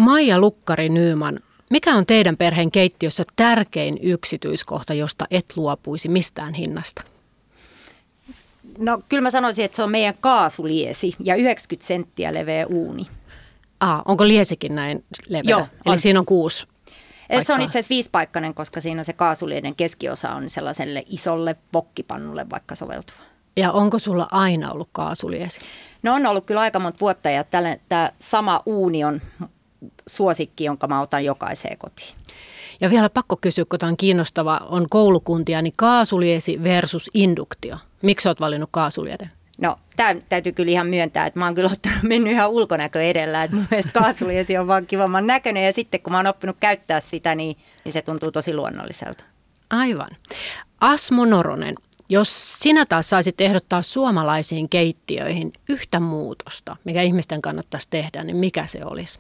Maija Lukkari-Nyman, mikä on teidän perheen keittiössä tärkein yksityiskohta, josta et luopuisi mistään hinnasta? No kyllä mä sanoisin, että se on meidän kaasuliesi ja 90 senttiä leveä uuni. Onko liesikin näin leveä? Joo, eli siinä on 6 paikkaa. Se on itse asiassa 5-paikkainen, koska siinä on se kaasulieden keskiosa on sellaiselle isolle wokkipannulle vaikka soveltuva. Ja onko sulla aina ollut kaasuliesi? No on ollut kyllä aika monta vuotta ja tämä sama uuni on suosikki, jonka mä otan jokaiseen kotiin. Ja vielä pakko kysyä, kun tämä on kiinnostava, on koulukuntia, niin kaasuliesi versus induktio. Miksi olet valinnut kaasulieden? No, tämä täytyy kyllä ihan myöntää, että mä oon kyllä mennyt ihan ulkonäkö edellä, että mun mielestä kaasuliesi on vaan kivamman näköinen ja sitten kun mä oon oppinut käyttää sitä, niin se tuntuu tosi luonnolliselta. Aivan. Asmo Noronen, jos sinä taas saisit ehdottaa suomalaisiin keittiöihin yhtä muutosta, mikä ihmisten kannattaisi tehdä, niin mikä se olisi?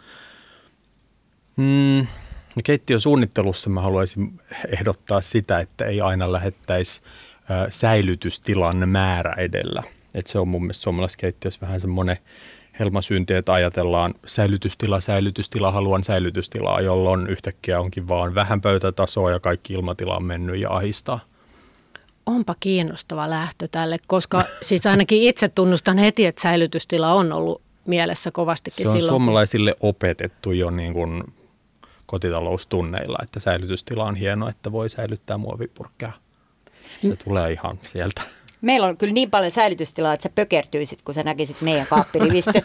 Keittiösuunnittelussa mä haluaisin ehdottaa sitä, että ei aina lähettäisi säilytystilan määrä edellä. Että se on mun mielestä suomalaisessa keittiössä vähän semmoinen helmasynti, että ajatellaan säilytystila, haluan säilytystilaa, jolloin yhtäkkiä onkin vaan vähän pöytätasoa ja kaikki ilmatila on mennyt ja ahistaa. Onpa kiinnostava lähtö tälle, koska siis ainakin itse tunnustan heti, että säilytystila on ollut mielessä kovastikin silloin. Se on suomalaisille opetettu jo niin kuin kotitaloustunneilla, että säilytystila on hieno, että voi säilyttää muovipurkkeja. Se tulee ihan sieltä. Meillä on kyllä niin paljon säilytystilaa, että sä pökertyisit, kun sä näkisit meidän kaappirivistet.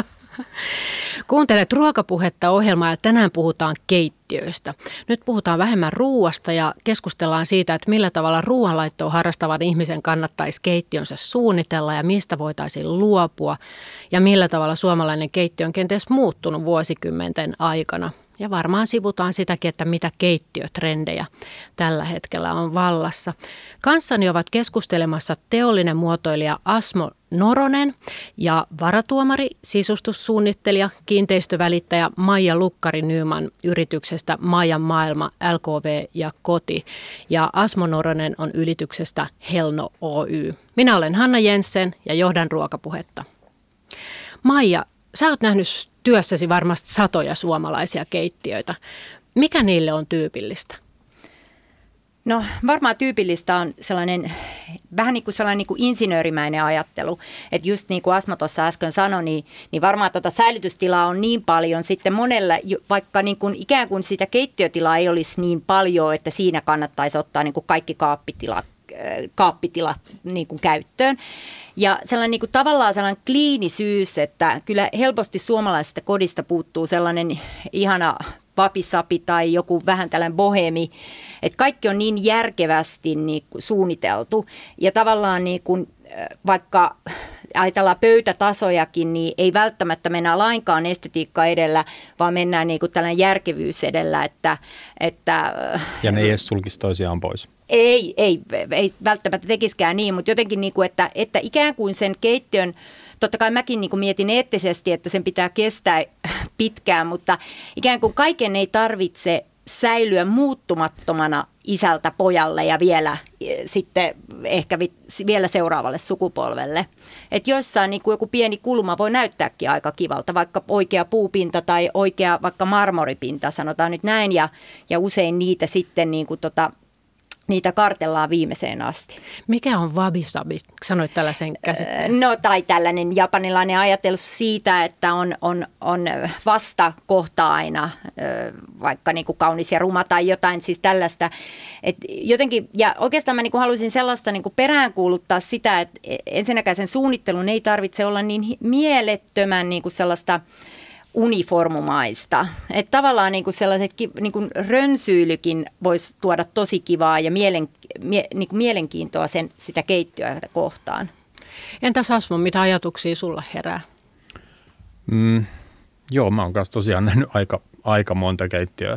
Kuuntelet Ruokapuhetta -ohjelmaa ja tänään puhutaan keittiöistä. Nyt puhutaan vähemmän ruuasta ja keskustellaan siitä, että millä tavalla ruoanlaittoa harrastavan ihmisen kannattaisi keittiönsä suunnitella ja mistä voitaisiin luopua ja millä tavalla suomalainen keittiö on kenties muuttunut vuosikymmenten aikana. Ja varmaan sivutaan sitäkin, että mitä keittiötrendejä tällä hetkellä on vallassa. Kanssani ovat keskustelemassa teollinen muotoilija Asmo Noronen ja varatuomari, sisustussuunnittelija, kiinteistövälittäjä Maija Lukkari-Nyman yrityksestä Maijan maailma, LKV ja Koti. Ja Asmo Noronen on yrityksestä Helno Oy. Minä olen Hanna Jensen ja johdan Ruokapuhetta. Maija, sä oot nähnyt työssäsi varmasti satoja suomalaisia keittiöitä. Mikä niille on tyypillistä? No varmaan tyypillistä on sellainen vähän niin kuin insinöörimäinen ajattelu. Että just niin kuin Asmo tuossa äsken sanoi, niin varmaan säilytystilaa on niin paljon sitten monella, vaikka niin kuin ikään kuin sitä keittiötilaa ei olisi niin paljon, että siinä kannattaisi ottaa niin kuin kaikki kaappitila niin kuin käyttöön. Ja sellainen niin kuin tavallaan sellainen kliinisyys, että kyllä helposti suomalaisesta kodista puuttuu sellainen ihana vapisapi tai joku vähän tällainen bohemi, että kaikki on niin järkevästi niin kuin suunniteltu ja tavallaan niin kuin, vaikka ajatellaan pöytätasojakin, niin ei välttämättä mennä lainkaan estetiikka edellä, vaan mennään niin kuin tällainen järkevyys edellä. Ja ne ei edes sulkisi toisiaan pois. Ei välttämättä tekisikään niin, mutta jotenkin, niin kuin, että ikään kuin sen keittiön, totta kai mäkin niin kuin mietin eettisesti, että sen pitää kestää pitkään, mutta ikään kuin kaiken ei tarvitse säilyä muuttumattomana isältä pojalle ja vielä sitten ehkä vielä seuraavalle sukupolvelle. Että jossain niin kuin joku pieni kulma voi näyttääkin aika kivalta, vaikka oikea puupinta tai oikea vaikka marmoripinta, sanotaan nyt näin, ja usein niitä sitten niin kuin niitä kartellaan viimeiseen asti. Mikä on wabi-sabi? Sanoit tällaisen käsitteen. No tai tällainen japanilainen ajattelu siitä, että on vastakohta aina, vaikka niin kuin kaunis ja ruma tai jotain siis tällaista. Et jotenkin, ja oikeastaan mä niin kuin haluaisin sellaista niin kuin peräänkuuluttaa sitä, että ensinnäkään sen suunnittelun ei tarvitse olla niin mielettömän niin kuin sellaista uniformumaista. Että tavallaan niin kuin sellaiset niin kuin rönsyilykin voisi tuoda tosi kivaa ja niin kuin mielenkiintoa sitä keittiöä kohtaan. Entäs Asmo, mitä ajatuksia sulla herää? Joo, mä oon kanssa tosiaan nähnyt aika monta keittiöä.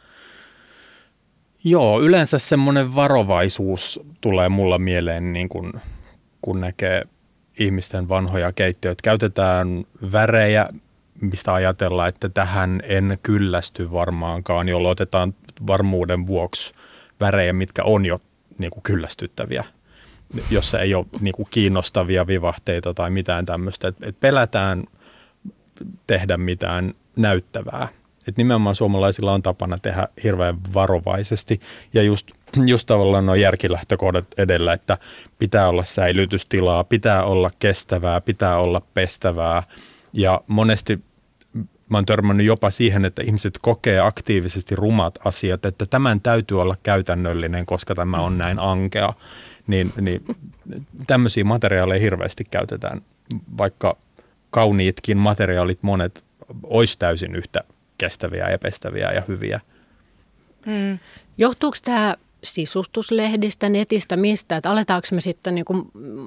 Joo, yleensä semmoinen varovaisuus tulee mulla mieleen, niin kun näkee ihmisten vanhoja keittiöitä. Käytetään värejä, mistä ajatellaan, että tähän en kyllästy varmaankaan, jolloin otetaan varmuuden vuoksi värejä, mitkä on jo niin kuin kyllästyttäviä, jossa ei ole niin kuin kiinnostavia vivahteita tai mitään tämmöistä. Et pelätään tehdä mitään näyttävää. Et nimenomaan suomalaisilla on tapana tehdä hirveän varovaisesti ja just tavallaan nuo järkilähtökohdat edellä, että pitää olla säilytystilaa, pitää olla kestävää, pitää olla pestävää ja monesti mä oon törmännyt jopa siihen, että ihmiset kokee aktiivisesti rumat asiat, että tämän täytyy olla käytännöllinen, koska tämä on näin ankea. Niin tämmöisiä materiaaleja hirveästi käytetään, vaikka kauniitkin materiaalit monet olisi täysin yhtä kestäviä ja pestäviä ja hyviä. Johtuuko tämä sisustuslehdistä, netistä, mistä? Että aletaanko me sitten niin kuin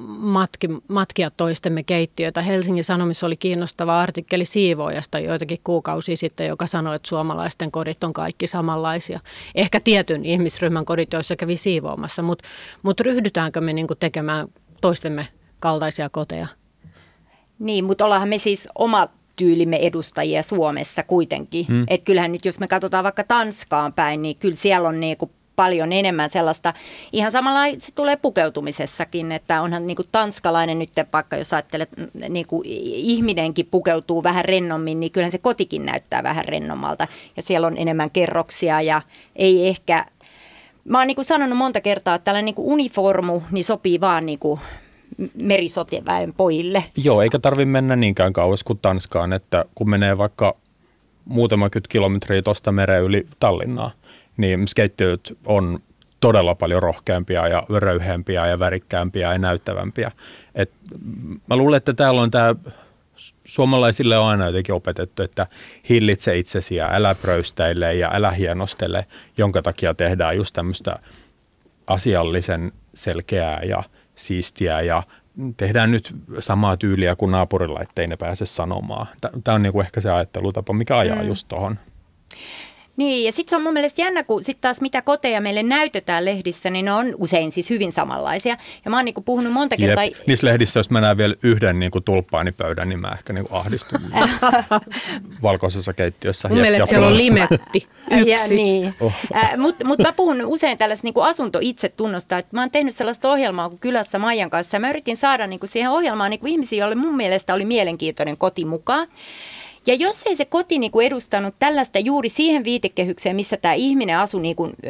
matkia toistemme keittiöitä? Helsingin Sanomissa oli kiinnostava artikkeli siivoojasta joitakin kuukausia sitten, joka sanoi, että suomalaisten kodit on kaikki samanlaisia. Ehkä tietyn ihmisryhmän kodit, joissa kävi siivoamassa, mutta ryhdytäänkö me niin kuin tekemään toistemme kaltaisia koteja? Niin, mutta ollaanhan me siis oma tyylimme edustajia Suomessa kuitenkin. Että kyllähän nyt, jos me katsotaan vaikka Tanskaan päin, niin kyllä siellä on niinku paljon enemmän sellaista, ihan samalla se tulee pukeutumisessakin, että onhan niinku tanskalainen nyt, vaikka jos ajattelet, niinku ihminenkin pukeutuu vähän rennommin, niin kyllähän se kotikin näyttää vähän rennommalta ja siellä on enemmän kerroksia ja ei ehkä, mä oon niinku sanonut monta kertaa, että tällainen niinku uniformu niin sopii vaan niinku merisotiväen pojille. Joo, eikä tarvitse mennä niinkään kauas kuin Tanskaan, että kun menee vaikka muutama kilometriä tuosta meren yli Tallinnaa, niin keittiöt on todella paljon rohkeampia ja röyheämpiä ja värikkäämpiä ja näyttävämpiä. Et mä luulen, että täällä on tämä, suomalaisille on aina jotenkin opetettu, että hillitse itsesi ja älä pröystäile ja älä hienostele, jonka takia tehdään just tämmöistä asiallisen selkeää ja siistiä ja tehdään nyt samaa tyyliä kuin naapurilla, ettei ne pääse sanomaan. Tämä on niinku ehkä se ajattelutapa, mikä ajaa just tuohon. Niin, ja sitten se on mun mielestä jännä, kun sitten taas mitä koteja meille näytetään lehdissä, niin ne on usein siis hyvin samanlaisia. Ja mä oon niinku puhunut monta kertaa. Niissä lehdissä, jos mä näen vielä yhden niinku tulppaanipöydän, niin mä ehkä niinku ahdistun valkoisessa keittiössä. Mun mielestä siellä on limetti. Yksi. Niin. Mutta mä puhun usein tällaista niinku asunto-itsetunnosta. Että mä oon tehnyt sellaista ohjelmaa kuin Kylässä Maijan kanssa. Ja mä yritin saada niinku siihen ohjelmaan niinku ihmisiä, joille mun mielestä oli mielenkiintoinen koti mukaan. Ja jos ei se koti niinku edustanut tällaista juuri siihen viitekehykseen, missä tämä ihminen asui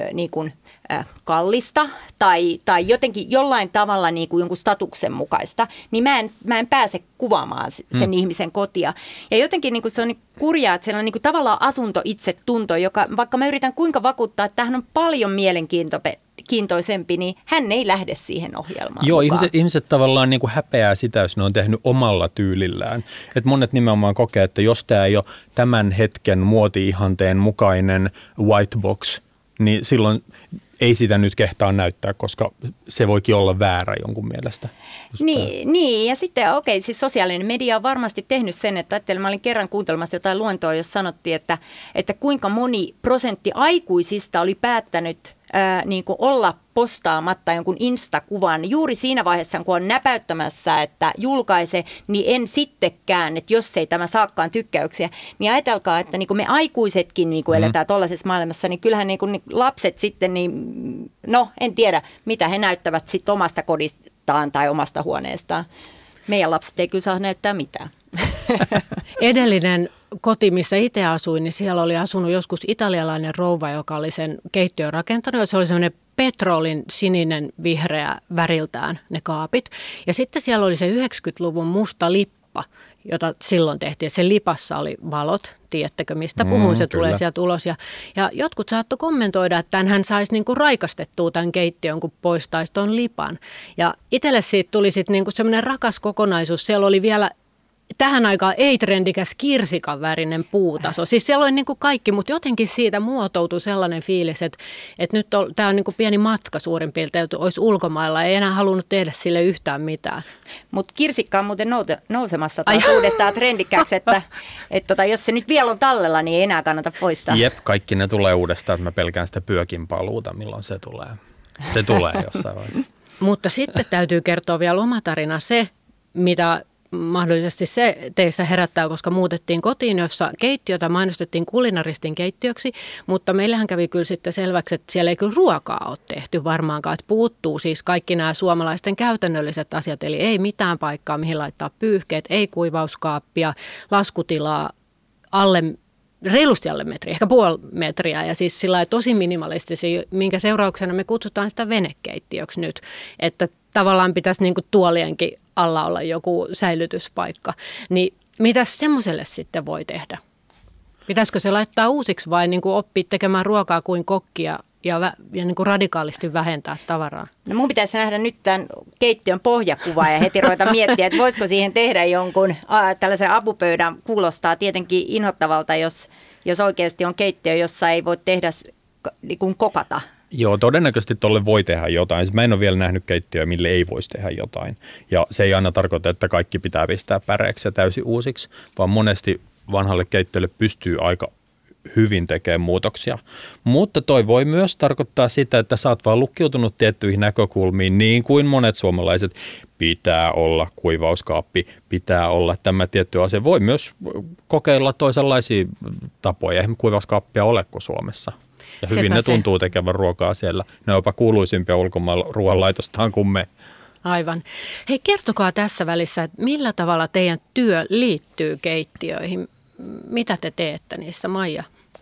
kallista tai jotenkin jollain tavalla niinku jonkun statuksen mukaista, niin mä en pääse kuvaamaan sen ihmisen kotia. Ja jotenkin niinku se on niinku kurjaa, että siellä on niinku tavallaan asunto-itsetunto, joka vaikka mä yritän kuinka vakuuttaa, että tämähän on paljon mielenkiintoisempi, niin hän ei lähde siihen ohjelmaan. Joo, ihmiset tavallaan niin kuin häpeää sitä, jos ne on tehnyt omalla tyylillään. Et monet nimenomaan kokee, että jos tämä ei ole tämän hetken muoti-ihanteen mukainen white box, niin silloin ei sitä nyt kehtaa näyttää, koska se voikin olla väärä jonkun mielestä. Niin, ja sitten siis sosiaalinen media on varmasti tehnyt sen, että mä olin kerran kuuntelemassa jotain luentoa, jos sanottiin, että kuinka moni prosentti aikuisista oli päättänyt niin kuin olla postaamatta jonkun Insta-kuvan juuri siinä vaiheessa, kun on näpäyttämässä, että julkaise, niin en sittenkään, että jos ei tämä saakaan tykkäyksiä. Niin ajatelkaa, että niin kuin me aikuisetkin niin kuin eletään tuollaisessa maailmassa, niin kyllähän niin kuin lapset sitten, niin, no en tiedä, mitä he näyttävät sitten omasta kodistaan tai omasta huoneestaan. Meidän lapset ei kyllä saa näyttää mitään. Edellinen koti, missä itse asuin, niin siellä oli asunut joskus italialainen rouva, joka oli sen keittiön rakentanut. Se oli semmoinen petrolin sininen vihreä väriltään ne kaapit. Ja sitten siellä oli se 90-luvun musta lippa, jota silloin tehtiin. Sen lipassa oli valot. Tiedättekö, mistä puhun? Se tulee sieltä ulos. Ja jotkut saattoi kommentoida, että hän saisi niinku raikastettua tämän keittiön, kun poistaisi tuon lipan. Ja itselle siitä tuli sitten niinku semmoinen rakas kokonaisuus. Siellä oli vielä tähän aikaan ei-trendikäs kirsikan värinen puutaso. Siis siellä oli niin kuin kaikki, mutta jotenkin siitä muotoutui sellainen fiilis, että nyt tämä on niin kuin pieni matka suurin piirtein, että olisi ulkomailla. Ei enää halunnut tehdä sille yhtään mitään. Mutta kirsikka on muuten nousemassa taas uudestaan trendikkääksi, että jos se nyt vielä on tallella, niin ei enää kannata poistaa. Jep, kaikki ne tulee uudestaan, että mä pelkään sitä pyökin paluuta, milloin se tulee. Se tulee jossain vaiheessa. Mutta sitten täytyy kertoa vielä oma tarina se, mitä mahdollisesti se teissä herättää, koska muutettiin kotiin, jossa keittiötä mainostettiin kulinaristin keittiöksi, mutta meillähän kävi kyllä sitten selväksi, että siellä ei kyllä ruokaa ole tehty varmaankaan, että puuttuu siis kaikki nämä suomalaisten käytännölliset asiat, eli ei mitään paikkaa, mihin laittaa pyyhkeet, ei kuivauskaappia, laskutilaa, alle reilusti alle metri, ehkä puoli metriä ja siis sillä tosi minimalistisia, minkä seurauksena me kutsutaan sitä venekeittiöksi nyt, että tavallaan pitäisi niin kuin tuolienkin alla olla joku säilytyspaikka. Niin mitäs semmoiselle sitten voi tehdä? Pitäisikö se laittaa uusiksi vai niin kuin oppia tekemään ruokaa kuin kokkia ja niin kuin radikaalisti vähentää tavaraa? No mun pitäisi nähdä nyt tämän keittiön pohjakuva ja heti ruveta miettiä, että voisiko siihen tehdä jonkun tällaisen apupöydän. Kuulostaa tietenkin inhottavalta, jos oikeasti on keittiö, jossa ei voi tehdä niin kuin kokata. Joo, todennäköisesti tuolle voi tehdä jotain. Mä en ole vielä nähnyt keittiöä, mille ei voisi tehdä jotain. Ja se ei aina tarkoita, että kaikki pitää pistää päreeksi ja täysin uusiksi, vaan monesti vanhalle keittiölle pystyy aika hyvin tekemään muutoksia. Mutta toi voi myös tarkoittaa sitä, että sä oot vaan lukkiutunut tiettyihin näkökulmiin, niin kuin monet suomalaiset. Pitää olla kuivauskaappi, pitää olla tämä tietty asia. Voi myös kokeilla toisenlaisia tapoja. Eihän kuivauskaappia ole kuin Suomessa. Ja hyvin ne tuntuu tekevän ruokaa siellä. Ne on jopa kuuluisimpia ulkomailla ruoanlaitostaan kuin me. Aivan. Hei, kertokaa tässä välissä, että millä tavalla teidän työ liittyy keittiöihin? Mitä te teette niissä, Maija?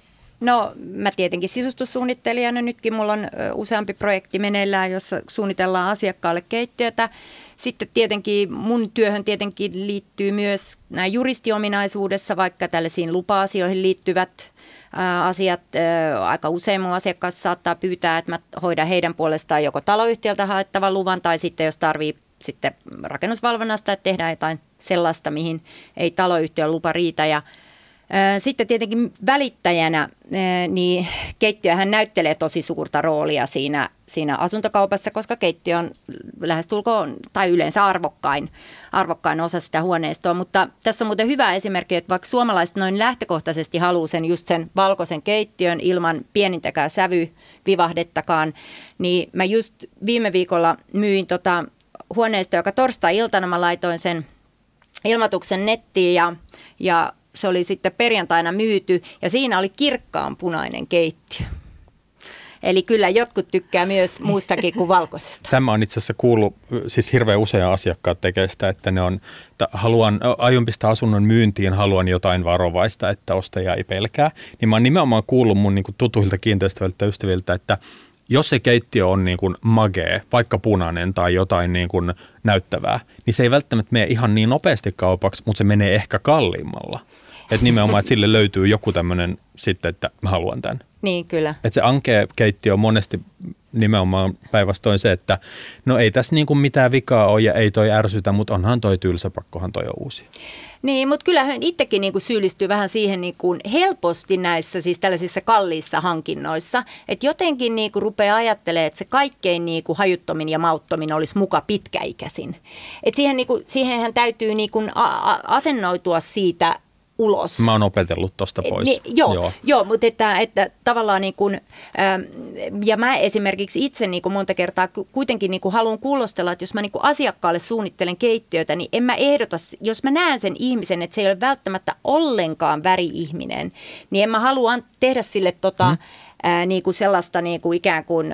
No mä tietenkin sisustussuunnittelijana. Nytkin mulla on useampi projekti meneillään, jossa suunnitellaan asiakkaalle keittiötä. Sitten tietenkin mun työhön tietenkin liittyy myös nämä juristiominaisuudessa, vaikka tällaisiin lupa-asioihin liittyvät asiat. Aika usein mun asiakkaat saattaa pyytää, että mä hoidan heidän puolestaan joko taloyhtiöltä haettavan luvan tai sitten jos tarvii sitten rakennusvalvonnasta, että tehdään jotain sellaista, mihin ei taloyhtiön lupa riitä. Ja sitten tietenkin välittäjänä, niin keittiöhän näyttelee tosi suurta roolia siinä asuntokaupassa, koska keittiö on lähestulkoon tai yleensä arvokkain osa sitä huoneistoa. Mutta tässä on muuten hyvä esimerkki, että vaikka suomalaiset noin lähtökohtaisesti haluaa just sen valkoisen keittiön ilman pienintäkään sävyvivahdettakaan, niin mä just viime viikolla myin huoneistoa, joka torstai-iltana mä laitoin sen ilmoituksen nettiin ja se oli sitten perjantaina myyty ja siinä oli kirkkaan punainen keittiö. Eli kyllä jotkut tykkää myös muustakin kuin valkoisesta. Tämä on itse asiassa kuullut, siis hirveän usein asiakkaat tekee sitä, että aion pistää asunnon myyntiin, haluan jotain varovaista, että ostaja ei pelkää. Niin mä oon nimenomaan kuullut mun niin kuin tutuilta kiinteistöiltä ja ystäviltä, että jos se keittiö on niin kuin magee, vaikka punainen tai jotain niin kuin näyttävää, niin se ei välttämättä mene ihan niin nopeasti kaupaksi, mutta se menee ehkä kalliimmalla. Että nimenomaan, että sille löytyy joku tämmöinen sitten, että mä haluan tämän. Niin, kyllä. Että se ankea keittiö on monesti nimenomaan päinvastoin se, että no ei tässä niin kuin mitään vikaa ole ja ei toi ärsytä, mutta onhan toi tylsä, pakkohan toi on uusi. Niin, mutta kyllähän itsekin niin kuin syyllistyy vähän siihen niin kuin helposti näissä siis tällaisissa kalliissa hankinnoissa, että jotenkin niin kuin rupeaa ajattelemaan, että se kaikkein niin kuin hajuttomin ja mauttomin olisi muka pitkäikäisin. Että siihenhän täytyy niin kuin asennoitua siitä ulos. Mä oon opetellut tosta pois. Joo, mutta että tavallaan niin kuin, ja mä esimerkiksi itse niin kuin monta kertaa kuitenkin niin kuin haluan kuulostella, että jos mä niin kuin asiakkaalle suunnittelen keittiötä, niin en mä ehdota, jos mä näen sen ihmisen, että se ei ole välttämättä ollenkaan väri-ihminen, niin en mä halua tehdä sille niin kuin sellaista niin kuin ikään kuin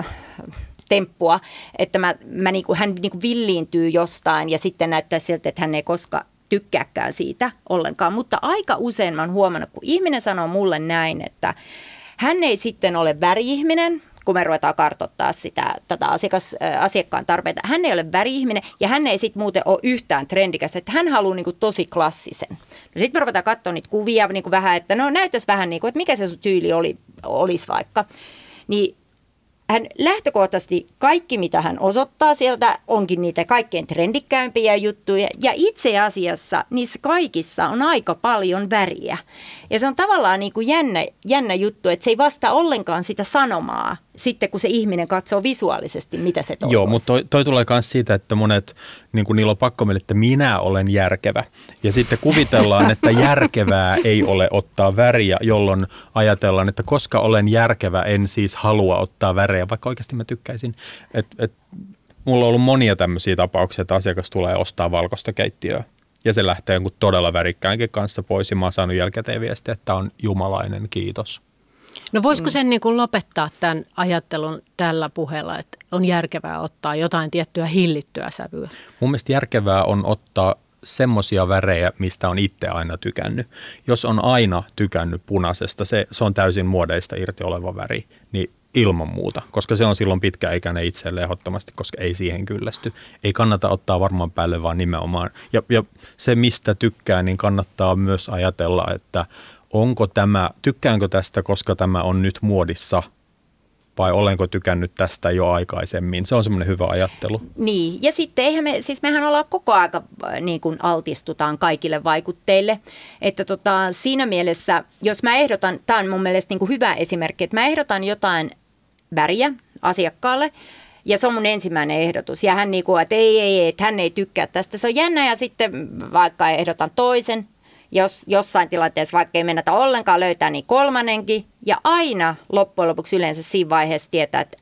temppua, että niin kuin, hän niin kuin villiintyy jostain ja sitten näyttää siltä, että hän ei koskaan tykkääkään siitä ollenkaan, mutta aika usein mä oon huomannut, kun ihminen sanoo mulle näin, että hän ei sitten ole väri-ihminen, kun me ruvetaan kartoittaa tätä asiakkaan tarpeita. Hän ei ole väri-ihminen ja hän ei sitten muuten ole yhtään trendikäs, että hän haluaa niin kuin tosi klassisen. No sitten me ruvetaan katsoa niitä kuvia niin kuin vähän, että no näyttäisi vähän niin kuin, että mikä se sun tyyli olisi vaikka. Niin hän lähtökohtaisesti kaikki, mitä hän osoittaa sieltä, onkin niitä kaikkein trendikkäimpiä juttuja. Ja itse asiassa niissä kaikissa on aika paljon väriä. Ja se on tavallaan niin kuin jännä juttu, että se ei vastaa ollenkaan sitä sanomaa, sitten kun se ihminen katsoo visuaalisesti, mitä se toivoisi. Joo, mutta toi tulee myös siitä, että monet, niin kuin niillä on pakko meille, että minä olen järkevä. Ja sitten kuvitellaan, että järkevää ei ole ottaa väriä, jolloin ajatellaan, että koska olen järkevä, en siis halua ottaa väriä, vaikka oikeasti mä tykkäisin. Mulla on ollut monia tämmöisiä tapauksia, että asiakas tulee ostaa valkoista keittiöä. Ja se lähtee jonkun todella värikkäänkin kanssa pois. Ja mä oon saanut jälkikäteen viestiä, että on jumalainen kiitos. No voisiko sen niin kuin lopettaa tämän ajattelun tällä puheella, että on järkevää ottaa jotain tiettyä hillittyä sävyä? Mun mielestä järkevää on ottaa semmoisia värejä, mistä on itse aina tykännyt. Jos on aina tykännyt punaisesta, se on täysin muodeista irti oleva väri, niin ilman muuta, koska se on silloin pitkäikäinen itselleen ehdottomasti, koska ei siihen kyllästy. Ei kannata ottaa varmaan päälle, vaan nimenomaan. Ja se, mistä tykkää, niin kannattaa myös ajatella, että tykkäänkö tästä, koska tämä on nyt muodissa, vai olenko tykännyt tästä jo aikaisemmin. Se on semmoinen hyvä ajattelu. Niin, ja sitten mehän ollaan koko aika niin kuin altistutaan kaikille vaikutteille. Että siinä mielessä, jos mä ehdotan, tämä on mun mielestä niin kuin hyvä esimerkki, että mä ehdotan jotain väriä asiakkaalle, ja se on mun ensimmäinen ehdotus. Ja hän niin kuin, että ei, että hän ei tykkää tästä. Se on jännä, ja sitten vaikka ehdotan toisen, jos jossain tilanteessa vaikka ei mennä ollenkaan löytää, niin kolmannenkin. Ja aina loppujen lopuksi yleensä siinä vaiheessa tietää, että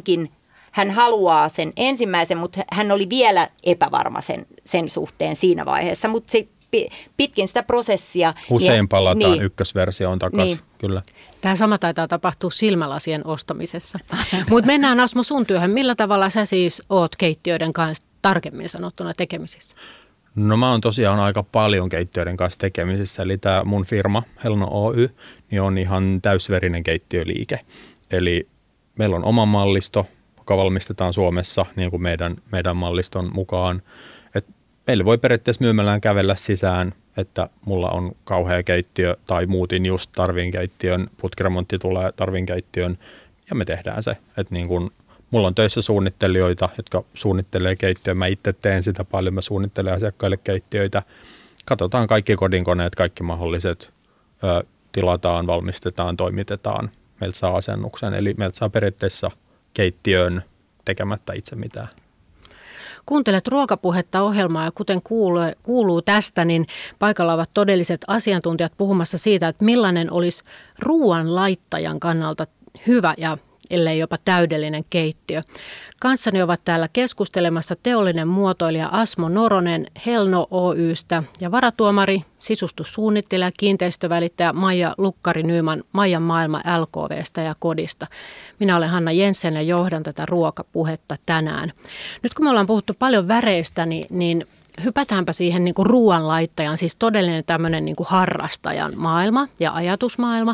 hän haluaa sen ensimmäisen, mutta hän oli vielä epävarma sen suhteen siinä vaiheessa. Mutta pitkin sitä prosessia. Usein palataan ykkösversioon takaisin, kyllä. Tämä sama taitaa tapahtua silmälasien ostamisessa. Mutta mennään Asmo sun työhön. Millä tavalla sä siis oot keittiöiden kanssa tarkemmin sanottuna tekemisissä? No mä oon tosiaan aika paljon keittiöiden kanssa tekemisissä, eli tämä mun firma Helno Oy niin on ihan täysverinen keittiöliike. Eli meillä on oma mallisto, joka valmistetaan Suomessa niin kuin meidän malliston mukaan. Et meille voi periaatteessa myymälään kävellä sisään, että mulla on kauhea keittiö tai muutin just tarvin keittiön, putkiremontti tulee tarvin keittiön ja me tehdään se. Että niin kuin mulla on töissä suunnittelijoita, jotka suunnittelee keittiöä. Mä itse teen sitä paljon, mä suunnittelen asiakkaille keittiöitä. Katsotaan kaikki kodinkoneet, kaikki mahdolliset, tilataan, valmistetaan, toimitetaan. Meiltä saa asennuksen, eli meiltä saa periaatteessa keittiön tekemättä itse mitään. Kuuntelet Ruokapuhetta -ohjelmaa ja kuten kuuluu tästä, niin paikalla ovat todelliset asiantuntijat puhumassa siitä, että millainen olisi ruoan laittajan kannalta hyvä ja ellei jopa täydellinen keittiö. Kanssani ovat täällä keskustelemassa teollinen muotoilija Asmo Noronen Helno Oystä ja varatuomari, sisustussuunnittelija, kiinteistövälittäjä Maija Lukkari-Nyman Maijan maailma LKV:stä ja kodista. Minä olen Hanna Jensen ja johdan tätä ruokapuhetta tänään. Nyt kun me ollaan puhuttu paljon väreistä, niin hypätäänpä siihen niin kuin ruoanlaittajan, siis todellinen tämmöinen niin kuin harrastajan maailma ja ajatusmaailma.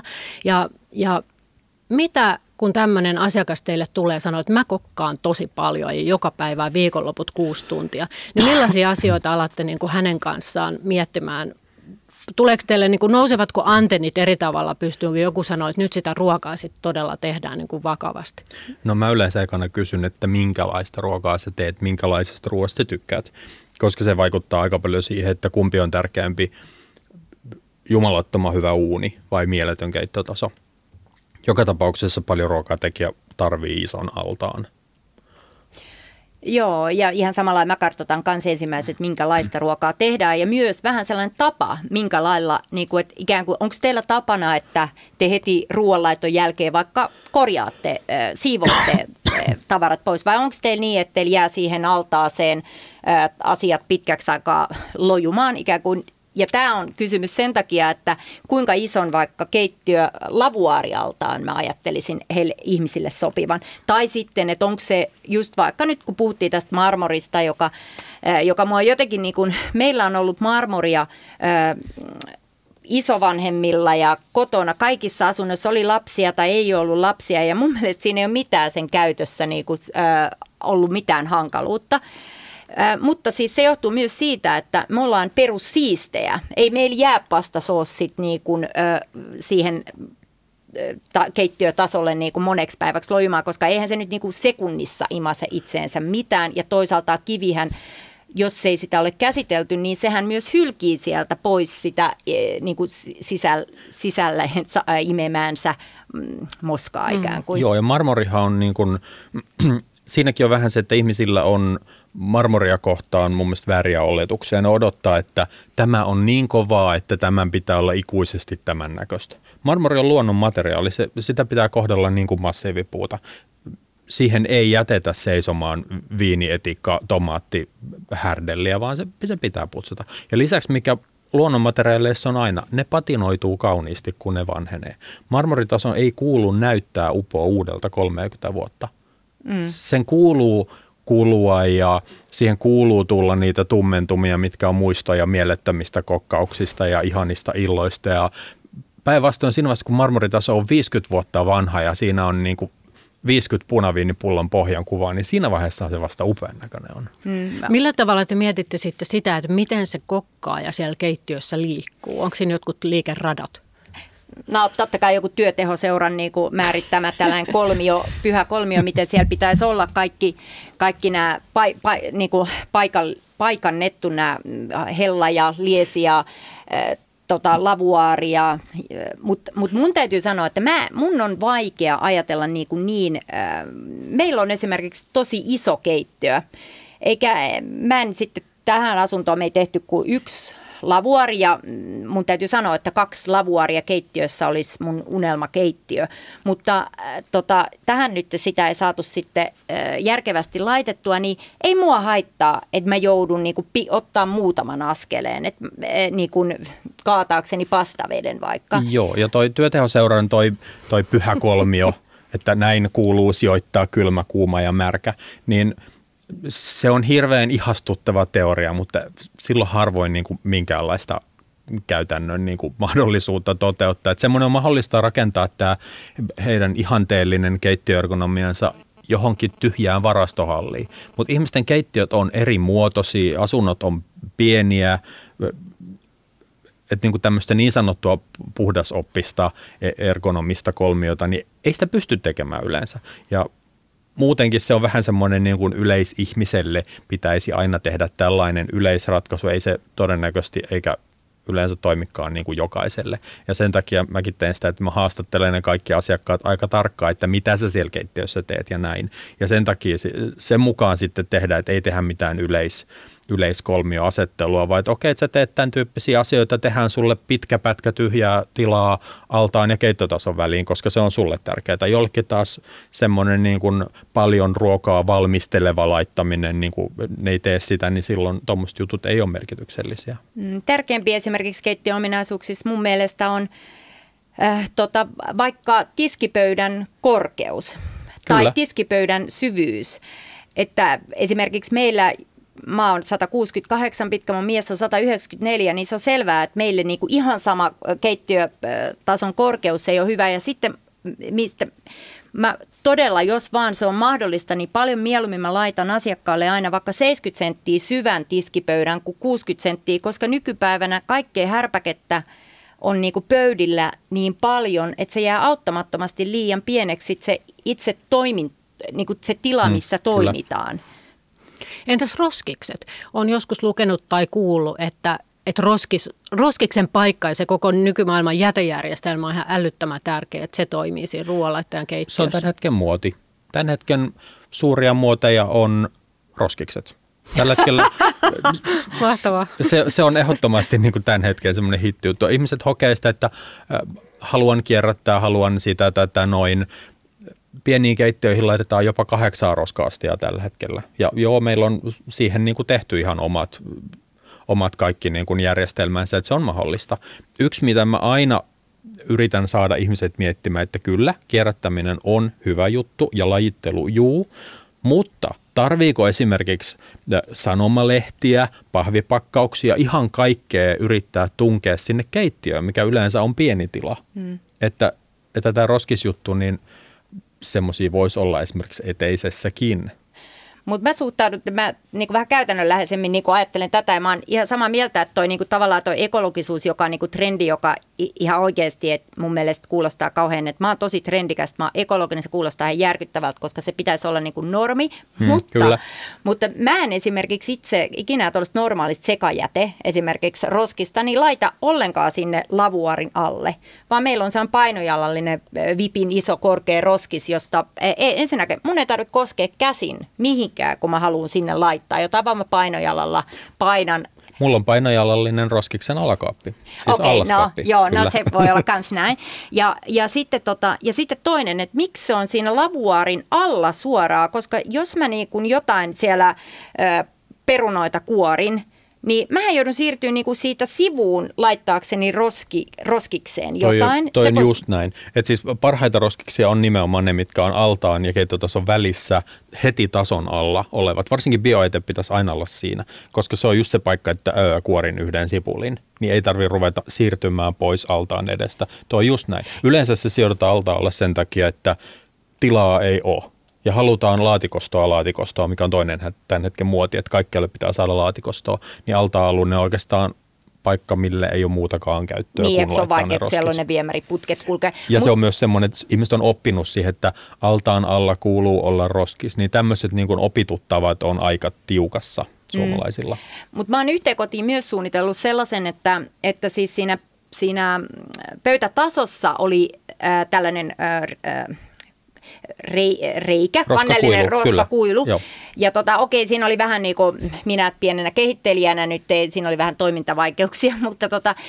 Ja mitä kun tämmöinen asiakas teille tulee sanoa, että mä kokkaan tosi paljon ja joka päivä viikonloput 6 tuntia, niin millaisia asioita alatte niin kuin hänen kanssaan miettimään? Tuleeko teille, niin kuin, nousevatko antennit eri tavalla? Pystyykö joku sanoa, että nyt sitä ruokaa sitten todella tehdään niin kuin vakavasti? No mä yleensä ekana kysyn, että minkälaista ruokaa sä teet, minkälaisesta ruoasta sä tykkäät, koska se vaikuttaa aika paljon siihen, että kumpi on tärkeämpi, jumalattoman hyvä uuni vai mieletön keittotaso. Joka tapauksessa paljon ruokatekijä tarvii ison altaan. Joo, ja ihan samalla mä kartoitan kanssa ensimmäiset, minkälaista ruokaa tehdään ja myös vähän sellainen tapa, minkä lailla, niin kuin, että ikään kuin, onko teillä tapana, että te heti ruoanlaiton jälkeen vaikka korjaatte, siivoatte tavarat pois vai onko teillä niin, että teillä jää siihen altaaseen asiat pitkäksi aikaa lojumaan ikään kuin. Ja tämä on kysymys sen takia, että kuinka ison vaikka keittiö lavuaarialtaan mä ajattelisin heille ihmisille sopivan. Tai sitten, että onko se just vaikka nyt kun puhuttiin tästä marmorista, joka mua jotenkin niin kuin, meillä on ollut marmoria isovanhemmilla ja kotona kaikissa asunnoissa oli lapsia tai ei ollut lapsia. Ja mun mielestä siinä ei ole mitään sen käytössä niin kuin, ollut mitään hankaluutta. Mutta siis se johtuu myös siitä, että me ollaan perussiistejä. Ei meillä jääpastasoosit niin kuin, siihen keittiötasolle niin kuin moneksi päiväksi lojumaan, koska eihän se nyt niin kuin sekunnissa imase itseensä mitään. Ja toisaalta kivihän, jos ei sitä ole käsitelty, niin sehän myös hylkii sieltä pois sitä niin kuin sisällä imemäänsä moskaa ikään kuin. Joo, ja marmorihan on niin kuin, siinäkin on vähän se, että ihmisillä on marmoria kohtaan mun mielestä vääriä oletuksia. Ne odottaa, että tämä on niin kovaa, että tämän pitää olla ikuisesti tämän näköistä. Marmori on luonnon materiaali, sitä pitää kohdella niin kuin massiivipuuta. Siihen ei jätetä seisomaan viinietikka, tomaatti, härdelliä, vaan se pitää putsata. Ja lisäksi mikä luonnonmateriaaleissa on aina, ne patinoituu kauniisti, kun ne vanhenee. Marmoritason ei kuulu näyttää upoa uudelta 30 vuotta. Sen kuuluu kulua ja siihen kuuluu tulla niitä tummentumia, mitkä on muistoja mielettömistä kokkauksista ja ihanista illoista. Ja päinvastoin siinä vaiheessa, kun marmoritaso on 50 vuotta vanha ja siinä on niin kuin 50 punaviinipullon pohjan kuvaa, niin siinä vaiheessa se vasta upean näköinen on. Millä tavalla te mietitte sitten sitä, että miten se kokkaaja siellä keittiössä liikkuu? Onko siinä jotkut liikeradat? No totta kai joku työtehoseuran niin kuin määrittämä tällainen pyhä kolmio, miten siellä pitäisi olla kaikki nämä niin kuin paikannettu nämä hella ja liesi ja lavuaaria, mutta mun täytyy sanoa, että mun on vaikea ajatella meillä on esimerkiksi tosi iso keittiö, eikä mä en sitten tähän asuntoon me ei tehty kuin yksi lavuaari ja mun täytyy sanoa, että 2 lavuaaria keittiössä olisi mun unelmakeittiö, mutta tähän nyt sitä ei saatu sitten järkevästi laitettua, niin ei mua haittaa, että mä joudun ottaa muutaman askeleen, että kaataakseni pastaveden vaikka. Joo, ja toi työtehoseuran toi pyhä kolmio, että näin kuuluu sijoittaa kylmä, kuuma ja märkä, niin se on hirveän ihastuttava teoria, mutta silloin harvoin minkäänlaista käytännön mahdollisuutta toteuttaa. Että semmoinen on mahdollista rakentaa tämä heidän ihanteellinen keittiöergonomiansa johonkin tyhjään varastohalliin. Mutta ihmisten keittiöt on eri muotoisia, asunnot on pieniä, että tämmöistä niin sanottua puhdasoppista ergonomista kolmiota, niin ei sitä pysty tekemään yleensä. Ja muutenkin se on vähän semmoinen niin kuin yleisihmiselle pitäisi aina tehdä tällainen yleisratkaisu. Ei se todennäköisesti eikä yleensä toimikaan niin kuin jokaiselle. Ja sen takia mäkin teen sitä, että mä haastattelen ne kaikki asiakkaat aika tarkkaan, että mitä sä siellä keittiössä teet ja näin. Ja sen takia sen mukaan sitten tehdään, että ei tehdä mitään yleiskolmioasettelua, vaan että okei, että sä teet tämän tyyppisiä asioita, tehdään sulle pitkä pätkä tyhjää tilaa altaan ja keittotason väliin, koska se on sulle tärkeää. Jollekin taas semmoinen niin kuin paljon ruokaa valmisteleva laittaminen, niin kuin ne ei tee sitä, niin silloin tuommoiset jutut ei ole merkityksellisiä. Tärkeämpi esimerkiksi keittiöominaisuuksissa mun mielestä on vaikka tiskipöydän korkeus. Kyllä. Tai tiskipöydän syvyys. Että esimerkiksi mä oon 168 pitkä, mun mies on 194, niin se on selvää, että meille niinku ihan sama keittiötason korkeus ei ole hyvä. Ja sitten mistä mä todella, jos vaan se on mahdollista, niin paljon mieluummin mä laitan asiakkaalle aina vaikka 70 senttiä syvän tiskipöydän kuin 60 senttiä, koska nykypäivänä kaikkea härpäkettä on niinku pöydillä niin paljon, että se jää auttamattomasti liian pieneksi se itse niinku se tila, missä toimitaan. Entäs roskikset? Olen joskus lukenut tai kuullut, että roskiksen paikka ja se koko nykymaailman jätejärjestelmä on ihan älyttömän tärkeä, että se toimii siinä ruoanlaittajan keittiössä. Se on tämän hetken muoti. Tämän hetken suuria muoteja on roskikset. Tällä hetkellä se on ehdottomasti niin kuin tämän hetken semmoinen hittijuttu. Ihmiset hokee sitä, että haluan kierrättää, haluan sitä tätä noin. Pieniin keittiöihin laitetaan jopa 8 roska-astia tällä hetkellä. Ja joo, meillä on siihen niin kuin tehty ihan omat kaikki niin kuin järjestelmänsä, että se on mahdollista. Yksi, mitä mä aina yritän saada ihmiset miettimään, että kyllä, kierrättäminen on hyvä juttu ja lajittelu mutta tarviiko esimerkiksi sanomalehtiä, pahvipakkauksia, ihan kaikkea yrittää tunkea sinne keittiöön, mikä yleensä on pieni tila. Että tämä roskisjuttu, niin semmoisia voisi olla esimerkiksi eteisessäkin. Mutta mä suhtaudun, niinku vähän käytännönläheisemmin niinku ajattelen tätä ja mä oon ihan samaa mieltä, että tavallaan toi ekologisuus, joka on niinku trendi, joka ihan oikeasti mun mielestä kuulostaa kauhean, että mä oon tosi trendikästä, mä oon ekologinen, se kuulostaa ihan järkyttävältä, koska se pitäisi olla niinku normi, mutta mä en esimerkiksi itse ikinä tuollaista normaalista sekajäte, esimerkiksi roskista, niin laita ollenkaan sinne lavuaarin alle, vaan meillä on sellainen painojalallinen vipin iso korkea roskis, josta ensinnäkin mun ei tarvitse koskea käsin mihinkään, kun mä haluan sinne laittaa jotain, vaan mä painojalalla painan. Mulla on painojalallinen roskiksen alakaappi, siis allaskaappi. No se voi olla kans näin. Ja sitten toinen, että miksi se on siinä lavuaarin alla suoraan, koska jos mä niin kun jotain siellä perunoita kuorin, niin mähän joudun siirtyä niinku siitä sivuun laittaakseni roskikseen jotain. Toi on just näin. Et siis parhaita roskiksia on nimenomaan ne, mitkä on altaan ja keittotason välissä heti tason alla olevat. Varsinkin biojäte pitäisi aina olla siinä, koska se on just se paikka, että kuorin yhden sipulin. Niin ei tarvitse ruveta siirtymään pois altaan edestä. Tuo on just näin. Yleensä se sijoitetaan altaalle sen takia, että tilaa ei ole. Ja halutaan laatikostoa, mikä on toinen tämän hetken muoti, että kaikkialle pitää saada laatikostoa. Niin alta-alun oikeastaan paikka, mille ei ole muutakaan käyttöä. Niin, se on vaikea, kun siellä on ne viemäriputket kulkee. Ja se on myös semmoinen, että ihmiset on oppinut siihen, että altaan alla kuuluu olla roskis. Niin tämmöiset niin kuin opitut tavat on aika tiukassa suomalaisilla. Mutta mä oon yhteen kotiin myös suunnitellut sellaisen, että siis siinä pöytätasossa oli tällainen reikä, kannellinen roskakuilu. Ja okei, siinä oli vähän niin kuin minä pienenä kehittelijänä nyt, siinä oli vähän toimintavaikeuksia, mutta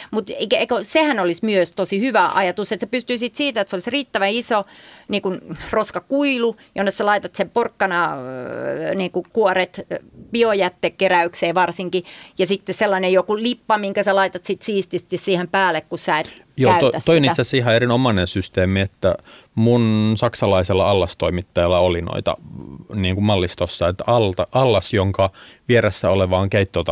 sehän olisi myös tosi hyvä ajatus, että se pystyy siitä, että se olisi riittävän iso niin kuin roskakuilu, jonne sä laitat sen porkkana niin kuin kuoret biojättekeräykseen varsinkin, ja sitten sellainen joku lippa, minkä sä laitat sit siististi siihen päälle, kun sä et käytä toi on itse asiassa ihan erinomainen systeemi, että mun saksalaisella allastoimittajalla oli noita niin kuin mallistossa, että allas, jonka vieressä olevaan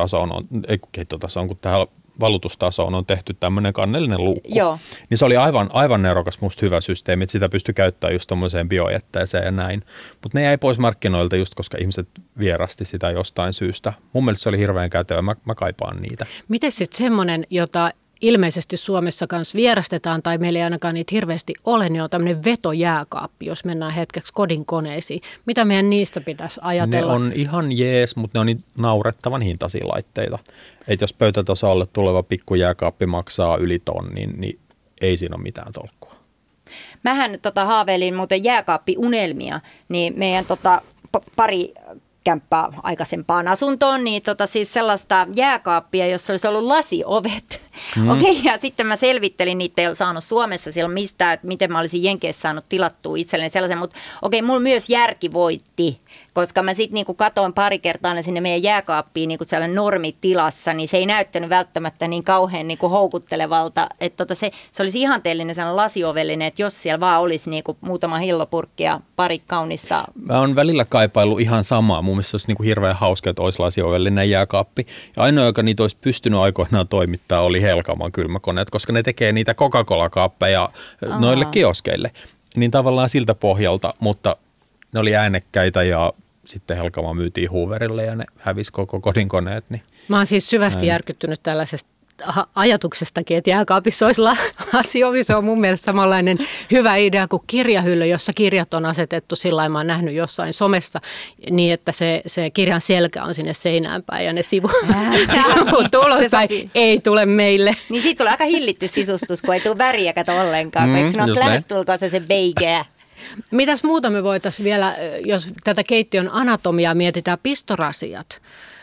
keittotasoon, kun tähän valutustasoon on tehty tämmöinen kannellinen luukku. Joo. Niin se oli aivan nerokas, musta hyvä systeemi, että sitä pystyi käyttämään just tommoseen biojätteeseen ja näin. Mutta ne jäi pois markkinoilta just, koska ihmiset vierasti sitä jostain syystä. Mun mielestä se oli hirveän kätevä, mä kaipaan niitä. Miten sitten semmoinen, jota ilmeisesti Suomessa kanssa vierastetaan, tai meillä ei ainakaan niitä hirveästi ole, niin on tämmöinen vetojääkaappi, jos mennään hetkeksi kodinkoneisiin. Mitä meidän niistä pitäisi ajatella? Ne on ihan jees, mutta ne on niin naurettavan hintaisia laitteita. Että jos pöytätasolle tuleva pikkujääkaappi maksaa yli tonnin, niin ei siinä ole mitään tolkkua. Mähän haaveilin muuten jääkaappiunelmia, niin meidän pari kämppää aikaisempaan asuntoon, niin siis sellaista jääkaappia, jossa olisi ollut lasiovet. Okei, ja sitten mä selvittelin, niitä ei ole saanut Suomessa silloin mistään, että miten mä olisin Jenkeissä saanut tilattua itselleni sellaisen, mutta okei, mulla myös järki voitti, koska mä sitten niinku katoin pari kertaa sinne meidän jääkaappiin niinku sellainen normitilassa, niin se ei näyttänyt välttämättä niin kauhean niinku houkuttelevalta, että se olisi ihanteellinen sellainen lasiovellinen, että jos siellä vaan olisi niinku muutama hillopurkki ja pari kaunista. Mä oon välillä kaipaillut ihan samaa, mun mielestä se olisi niinku hirveän hauska, että olisi lasiovellinen jääkaappi, ja ainoa, joka niitä olisi pystynyt aikoinaan toimittaa, oli Helkaman kylmäkoneet, koska ne tekee niitä Coca-Cola-kaappeja noille kioskeille. Niin tavallaan siltä pohjalta, mutta ne oli äänekkäitä ja sitten Helkama myytiin Hooverille ja ne hävisi koko kodinkoneet. Niin mä oon siis syvästi järkyttynyt tällaisesta ajatuksestakin, että jääkaapissa olisi lasiovi. Se on mun mielestä samanlainen hyvä idea kuin kirjahylly, jossa kirjat on asetettu sillä lailla, mä oon nähnyt jossain somessa, niin että se kirjan selkä on sinne seinään päin ja ne sivut ulospäin ei tule meille. Niin siitä tulee aika hillitty sisustus, kun ei tule väriäkään ollenkaan, eikö sinä ole lähestulkoon se veigeä? Mitäs muuta me voitaisiin vielä, jos tätä keittiön anatomiaa mietitään, pistorasiat?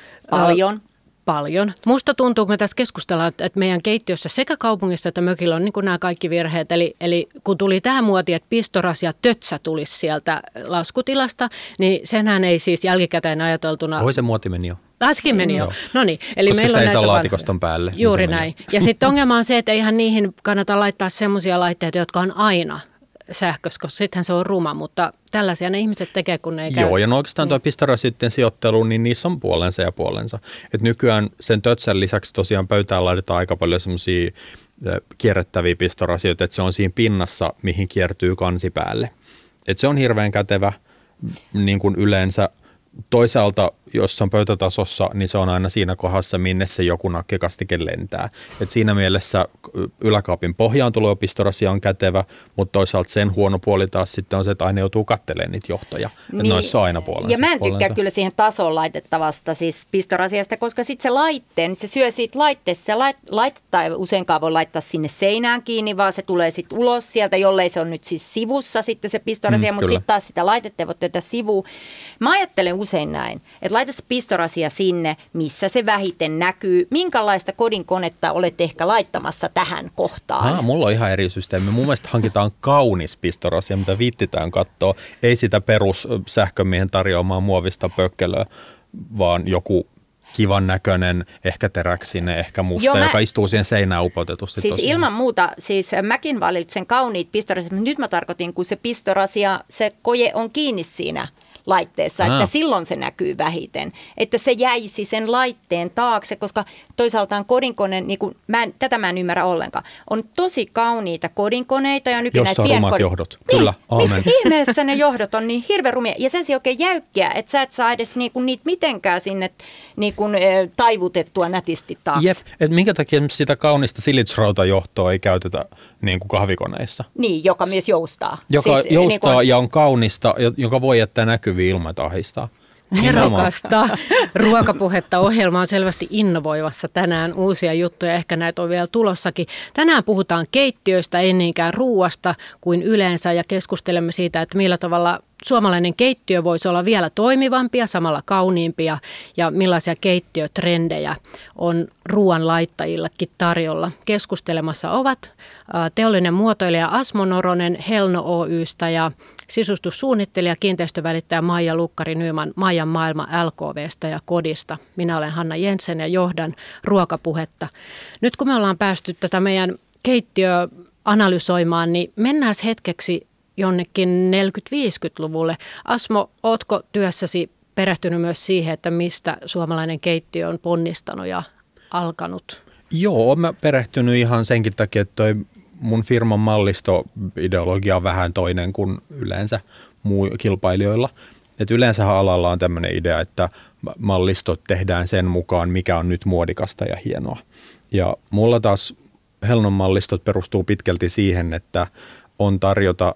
Paljon. Musta tuntuu, kun me tässä keskustellaan, että meidän keittiössä sekä kaupungissa että mökillä on niin kuin nämä kaikki virheet. Eli kun tuli tämä muoti, että pistorasia tötsä tulisi sieltä laskutilasta, niin senhän ei siis jälkikäteen ajateltuna. Oi, se muoti meni jo. Taaskin meni jo. No niin. Eli koska meillä sitä on ei saa laatikoston päälle. Juuri näin. Ja sitten ongelma on se, että eihän niihin kannata laittaa semmoisia laitteita, jotka on aina sähkössä, koska sittenhän se on ruma, mutta tällaisia ne ihmiset tekee, kun ne ei käy. Joo, ja no oikeastaan tuo pistorasien sijoittelu, niin niissä on puolensa ja puolensa. Et nykyään sen tötsän lisäksi tosiaan pöytään laitetaan aika paljon semmoisia kierrettäviä pistorasioita, että se on siinä pinnassa, mihin kiertyy kansi päälle. Et se on hirveän kätevä niin kuin yleensä. Toisaalta, jos on pöytätasossa, niin se on aina siinä kohdassa, minne se joku nakkikastike lentää. Et siinä mielessä yläkaapin pohjaan tuleva pistorasia on kätevä, mutta toisaalta sen huono puoli taas sitten on se, että aina joutuu katselemaan niitä johtoja. Niin, noissa on aina puolensa. Ja mä en tykkää kyllä siihen tasoon laitettavasta siis pistorasiasta, koska sitten se laitteen, niin se syö siitä laitteesta. Se laitetta ei useinkaan voi laittaa sinne seinään kiinni, vaan se tulee sitten ulos sieltä, jollei se on nyt siis sivussa sitten se pistorasia, mutta sitten taas sitä laitetta ei voi työtä sivuun. Mä ajattelen usein näin, että laita se pistorasia sinne, missä se vähiten näkyy. Minkälaista kodinkonetta olet ehkä laittamassa tähän kohtaan? Mulla on ihan eri systeemi. Mun mielestä hankitaan kaunis pistorasia, mitä viittitään katsoa. Ei sitä perus sähkömiehen tarjoamaa muovista pökkelöä, vaan joku kivan näköinen, ehkä teräksinen, ehkä musta, joka istuu siihen seinään upotetusti. Siis ilman muuta, siis mäkin valitsen kauniit pistorasiat, mutta nyt mä tarkoitin, kun se pistorasia, se koje on kiinni siinä laitteessa, että silloin se näkyy vähiten. Että se jäisi sen laitteen taakse, koska toisaaltaan kodinkone, niin kuin tätä mä en ymmärrä ollenkaan, on tosi kauniita kodinkoneita ja nykyään jossa on rumat johdot. Niin, kyllä, aamen. Miksi ihmeessä ne johdot on niin hirveän rumia ja sen sijaan oikein jäykkiä, että sä et saa edes niitä mitenkään sinne taivutettua nätisti taakse. Jep, että minkä takia sitä kaunista silitsrautajohtoa ei käytetä niin kuin kahvikoneissa? Niin, joka myös joustaa. Joka siis, joustaa ja on kaunista, joka voi jättää näkyviin ilman, että ahdistaa. Nerokasta ruokapuhetta ohjelma on selvästi innovoivassa tänään. Uusia juttuja, ehkä näitä on vielä tulossakin. Tänään puhutaan keittiöistä, ei niinkään ruuasta kuin yleensä ja keskustelemme siitä, että millä tavalla suomalainen keittiö voisi olla vielä toimivampia, samalla kauniimpia ja millaisia keittiötrendejä on ruoan laittajillekin tarjolla. Keskustelemassa ovat teollinen muotoilija Asmo Noronen Helno Oy:stä ja sisustussuunnittelija, kiinteistövälittäjä Maija Lukkari-Nyman Maijan maailma LKV:stä ja Kodista. Minä olen Hanna Jensen ja johdan ruokapuhetta. Nyt kun me ollaan päästy tätä meidän keittiöä analysoimaan, niin mennään hetkeksi jonnekin 40-50-luvulle. Asmo, ootko työssäsi perehtynyt myös siihen, että mistä suomalainen keittiö on ponnistanut ja alkanut? Joo, olen mä perehtynyt ihan senkin takia, että toi mun firman mallistoideologia on vähän toinen kuin yleensä kilpailijoilla. Et yleensähän alalla on tämmöinen idea, että mallistot tehdään sen mukaan, mikä on nyt muodikasta ja hienoa. Ja mulla taas Helnon mallistot perustuu pitkälti siihen, että on tarjota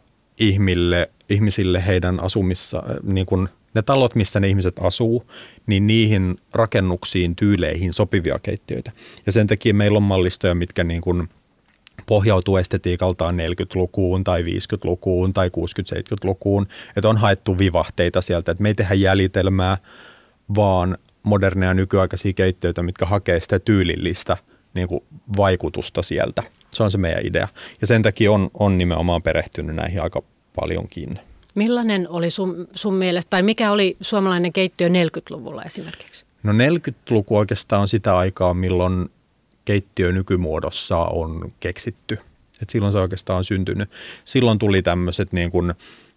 ihmisille heidän asumissa, niin kuin ne talot, missä ne ihmiset asuu, niin niihin rakennuksiin, tyyleihin sopivia keittiöitä. Ja sen takia meillä on mallistoja, mitkä niin kuin pohjautuu estetiikaltaan 40-lukuun tai 50-lukuun tai 60-70-lukuun. Että on haettu vivahteita sieltä, että me ei tehdä jäljitelmää, vaan moderneja nykyaikaisia keittiöitä, mitkä hakee sitä tyylillistä niin kuin vaikutusta sieltä. Se on se meidän idea. Ja sen takia on nimenomaan perehtynyt näihin aika paljonkin. Millainen oli sun mielestä, tai mikä oli suomalainen keittiö 40-luvulla esimerkiksi? No 40-luku oikeastaan on sitä aikaa, milloin keittiö nykymuodossa on keksitty. Et silloin se oikeastaan on syntynyt. Silloin tuli tämmöiset niin kuin,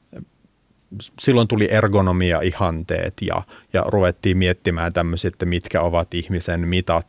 silloin tuli ergonomia-ihanteet ja ruvettiin miettimään tämmöiset, että mitkä ovat ihmisen mitat,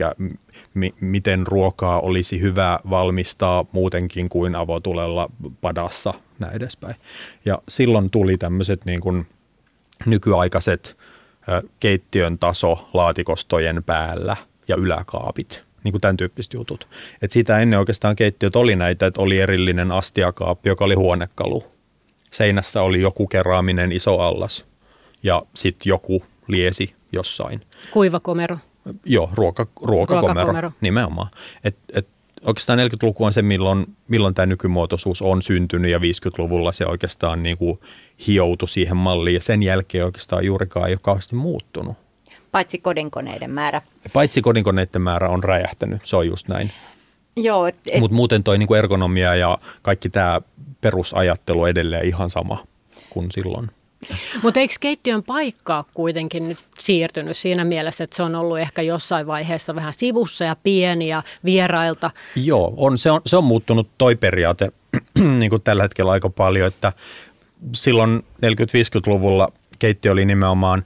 miten ruokaa olisi hyvä valmistaa muutenkin kuin avotulella padassa, näin edespäin. Ja silloin tuli tämmöiset niin kuin nykyaikaiset keittiön taso laatikostojen päällä ja yläkaapit, niin kuin tämän tyyppiset jutut. Et sitä ennen oikeastaan keittiöt oli näitä, että oli erillinen astiakaappi, joka oli huonekalu. Seinässä oli joku keraaminen iso allas ja sitten joku liesi jossain. Kuivakomero. Joo, ruokakomero nimenomaan. Oikeastaan 40-luku on se, milloin tämä nykymuotoisuus on syntynyt ja 50-luvulla se oikeastaan niin kuin hioutui siihen malliin ja sen jälkeen oikeastaan juurikaan ei ole kauheasti muuttunut. Paitsi kodinkoneiden määrä. Paitsi kodinkoneiden määrä on räjähtänyt, se on just näin. Joo. Mutta muuten toi niin kuin ergonomia ja kaikki tämä perusajattelu edelleen ihan sama kuin silloin. Mutta eikö keittiön paikkaa kuitenkin nyt siirtynyt siinä mielessä, että se on ollut ehkä jossain vaiheessa vähän sivussa ja pieni ja vierailta? Joo, se on muuttunut toi periaate niin kuin tällä hetkellä aika paljon, että silloin 40-50-luvulla keittiö oli nimenomaan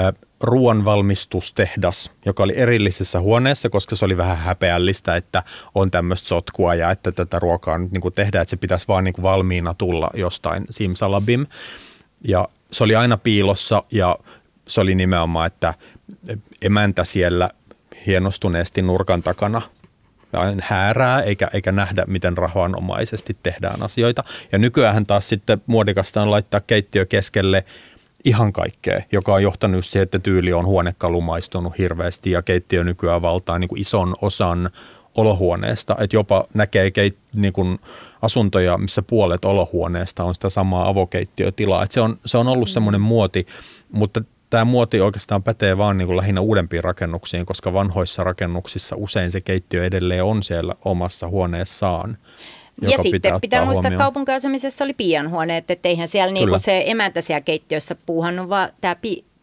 ruoanvalmistustehdas, joka oli erillisessä huoneessa, koska se oli vähän häpeällistä, että on tämmöistä sotkua ja että tätä ruokaa nyt niin kuin tehdään, että se pitäisi vaan niin kuin valmiina tulla jostain simsalabim. Ja se oli aina piilossa ja se oli nimenomaan, että emäntä siellä hienostuneesti nurkan takana häärää eikä nähdä, miten rauhanomaisesti tehdään asioita. Ja nykyään taas sitten muodikasta on laittaa keittiö keskelle ihan kaikkea, joka on johtanut siihen, että tyyli on huonekalumaistunut hirveästi ja keittiö nykyään valtaa niin kuin ison osan olohuoneesta. Että jopa näkee niin kuin asuntoja, missä puolet olohuoneesta on sitä samaa avokeittiötilaa. Että se on ollut semmoinen muoti, mutta tämä muoti oikeastaan pätee vaan niin kuin lähinnä uudempiin rakennuksiin, koska vanhoissa rakennuksissa usein se keittiö edelleen on siellä omassa huoneessaan. Ja sitten pitää muistaa, että kaupunkiasumisessa oli piianhuoneet, että eihän siellä niinku se emäntä siellä keittiössä puuhannut, vaan tämä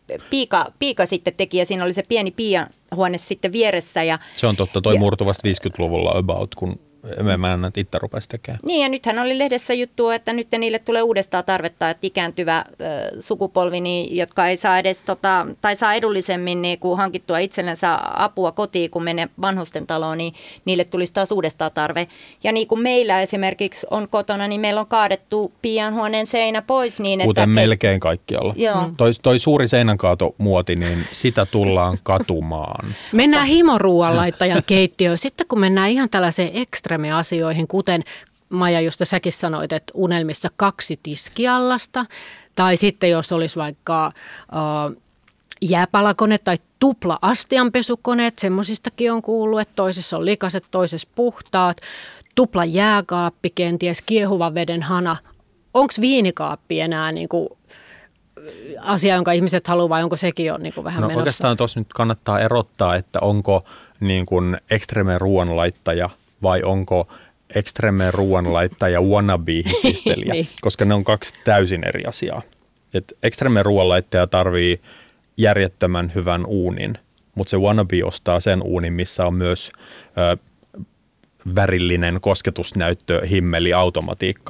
piika sitten teki ja siinä oli se pieni piiahuone sitten vieressä. Se on totta, toi murtui vasta 50-luvulla about, kun mä itse rupesi tekemään. Niin ja nythän oli lehdessä juttua, että nyt niille tulee uudestaan tarvetta, että ikääntyvä sukupolvi, niin, jotka ei saa edes tai saa edullisemmin niin kuin hankittua itsellensä apua kotiin, kun menee vanhusten taloon, niin niille tulisi taas uudestaan tarve. Ja niin kuin meillä esimerkiksi on kotona, niin meillä on kaadettu piianhuoneen seinä pois. Niin, kuten melkein kaikkialla. Toi suuri seinänkaatomuoti, niin sitä tullaan katumaan. Mennään himoruuanlaittajan keittiöön. Sitten kun mennään ihan tällaiseen asioihin, kuten Maija, josta säkin sanoit, että unelmissa 2 tiskiallasta, tai sitten jos olisi vaikka jääpalakone tai tupla astianpesukoneet, semmoisistakin on kuullut, että toisessa on likaset, toisessa puhtaat, tupla jääkaappi, kenties kiehuvan veden hana. Onko viinikaappi enää niin kuin asia, jonka ihmiset haluaa, vai onko sekin jo niin kuin vähän menossa? Oikeastaan tuossa nyt kannattaa erottaa, että onko niin kuin extreme ruoanlaittaja vai onko extreme ruoanlaittaja wannabe-hifistelijä, niin. Koska ne on 2 täysin eri asiaa. Et extreme ruoanlaittaja tarvii järjettömän hyvän uunin, mutta se wannabe ostaa sen uunin, missä on myös värillinen kosketusnäyttö, himmeli, automatiikka.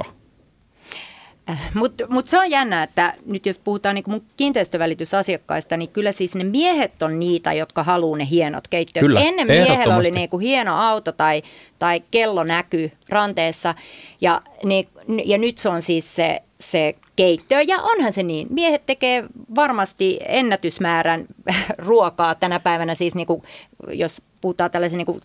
Mutta se on jännä, että nyt jos puhutaan niin mun kiinteistövälitysasiakkaista, niin kyllä siis ne miehet on niitä, jotka haluaa ne hienot keittiöt. Kyllä, ennen miehellä oli niin kuin hieno auto tai kello näkyy ranteessa ja nyt se on siis se keittiö ja onhan se niin. Miehet tekee varmasti ennätysmäärän ruokaa tänä päivänä siis niin kuin, jos puhutaan tällaisen niin kuin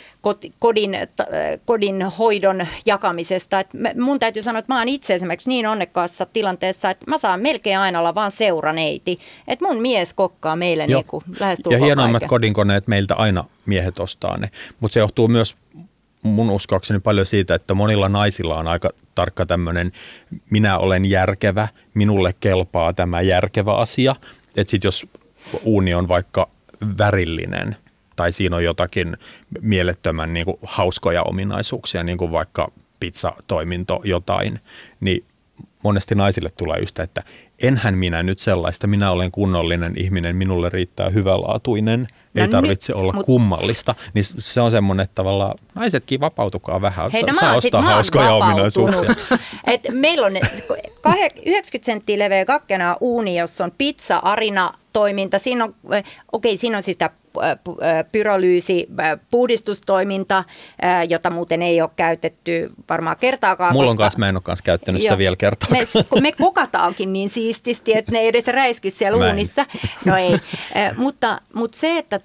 kodin hoidon jakamisesta. Et mun täytyy sanoa, että mä oon itse esimerkiksi niin onnekkaassa tilanteessa, että mä saan melkein aina olla vaan seuraneiti. Että mun mies kokkaa meille niinku lähestulkoon. Ja hienoimmat kodinkoneet meiltä aina miehet ostaa ne. Mutta se johtuu myös mun uskoakseni paljon siitä, että monilla naisilla on aika tarkka tämmöinen minä olen järkevä, minulle kelpaa tämä järkevä asia. Että sit jos uuni on vaikka värillinen, tai siinä on jotakin mielettömän niin kuin hauskoja ominaisuuksia, niin kuin vaikka pizzatoiminto jotain, niin monesti naisille tulee just, että enhän minä nyt sellaista, minä olen kunnollinen ihminen, minulle riittää hyvälaatuinen, ei tarvitse olla kummallista. Niin se on semmoinen, että tavallaan naisetkin vapautukaa vähän, saa ostaa hauskoja ominaisuuksia. Et meillä on 90 senttiä leveä kakkena uuni, jossa on pizza-arina-toiminta. Siinä on siis tämä pyrolyysi, puhdistustoiminta, jota muuten ei ole käytetty varmaan kertaakaan. Mulla on kanssa, mä en ole kanssa käyttänyt sitä vielä kertaakaan. Me kokataankin niin siististi, että ne ei edes räiski siellä uunissa. No ei, mutta se, että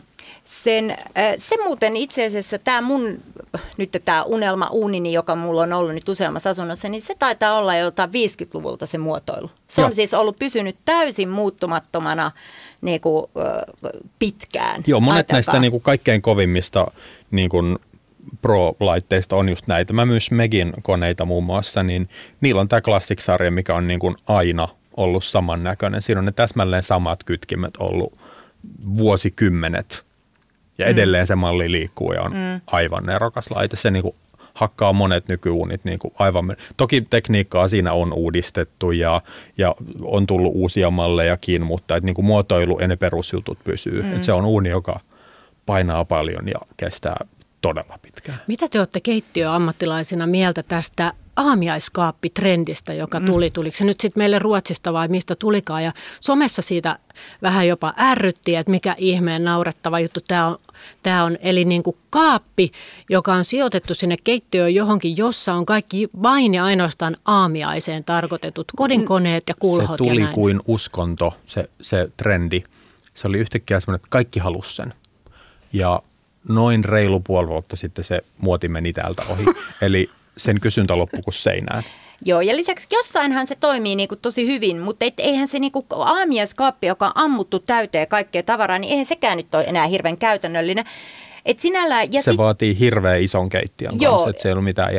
se muuten itse asiassa tämä mun, nyt tämä unelma-uunini, joka mulla on ollut nyt useammassa asunnossa, niin se taitaa olla jotain 50-luvulta se muotoilu. Se on siis ollut pysynyt täysin muuttumattomana niin kuin, pitkään. Joo, monet näistä niin kuin kaikkein kovimmista niin kuin Pro-laitteista on just näitä. Mä myös Megin koneita muun muassa, niin niillä on tämä Classic-sarja, mikä on niin kuin aina ollut samannäköinen. Siinä on ne täsmälleen samat kytkimet ollut vuosikymmenet. Ja edelleen se malli liikkuu ja on aivan nerokas laite. Se niin kuin hakkaa monet nykyuunit niin kuin aivan. Toki tekniikkaa siinä on uudistettu ja on tullut uusia mallejakin, mutta et niin kuin muotoilu ja ne perusjutut pysyy. Et se on uuni, joka painaa paljon ja kestää todella pitkään. Mitä te olette keittiöammattilaisina mieltä tästä aamiaiskaappitrendistä, joka tuli? Tuliko se nyt sitten meille Ruotsista vai mistä tulikaan? Ja somessa siitä vähän jopa ärrytti, että mikä ihmeen naurettava juttu tämä on. Eli niin kuin kaappi, joka on sijoitettu sinne keittiöön johonkin, jossa on kaikki vain ja ainoastaan aamiaiseen tarkoitetut kodinkoneet ja kulhot. Se tuli ja näin. Kuin uskonto, se trendi. Se oli yhtäkkiä semmoinen, että kaikki halusi sen. Ja noin reilu puoli vuotta sitten se muoti meni täältä ohi. Eli sen kysyntä loppui kuin seinään. Joo, ja lisäksi jossainhan se toimii niinku tosi hyvin, mutta eihän se niinku aamiaiskaappi, joka on ammuttu täyteen kaikkea tavaraa, niin eihän sekään nyt ole enää hirveän käytännöllinen. Et sinällään, se vaatii hirveän ison keittiön kanssa, että se ei ollut mitään järkeä.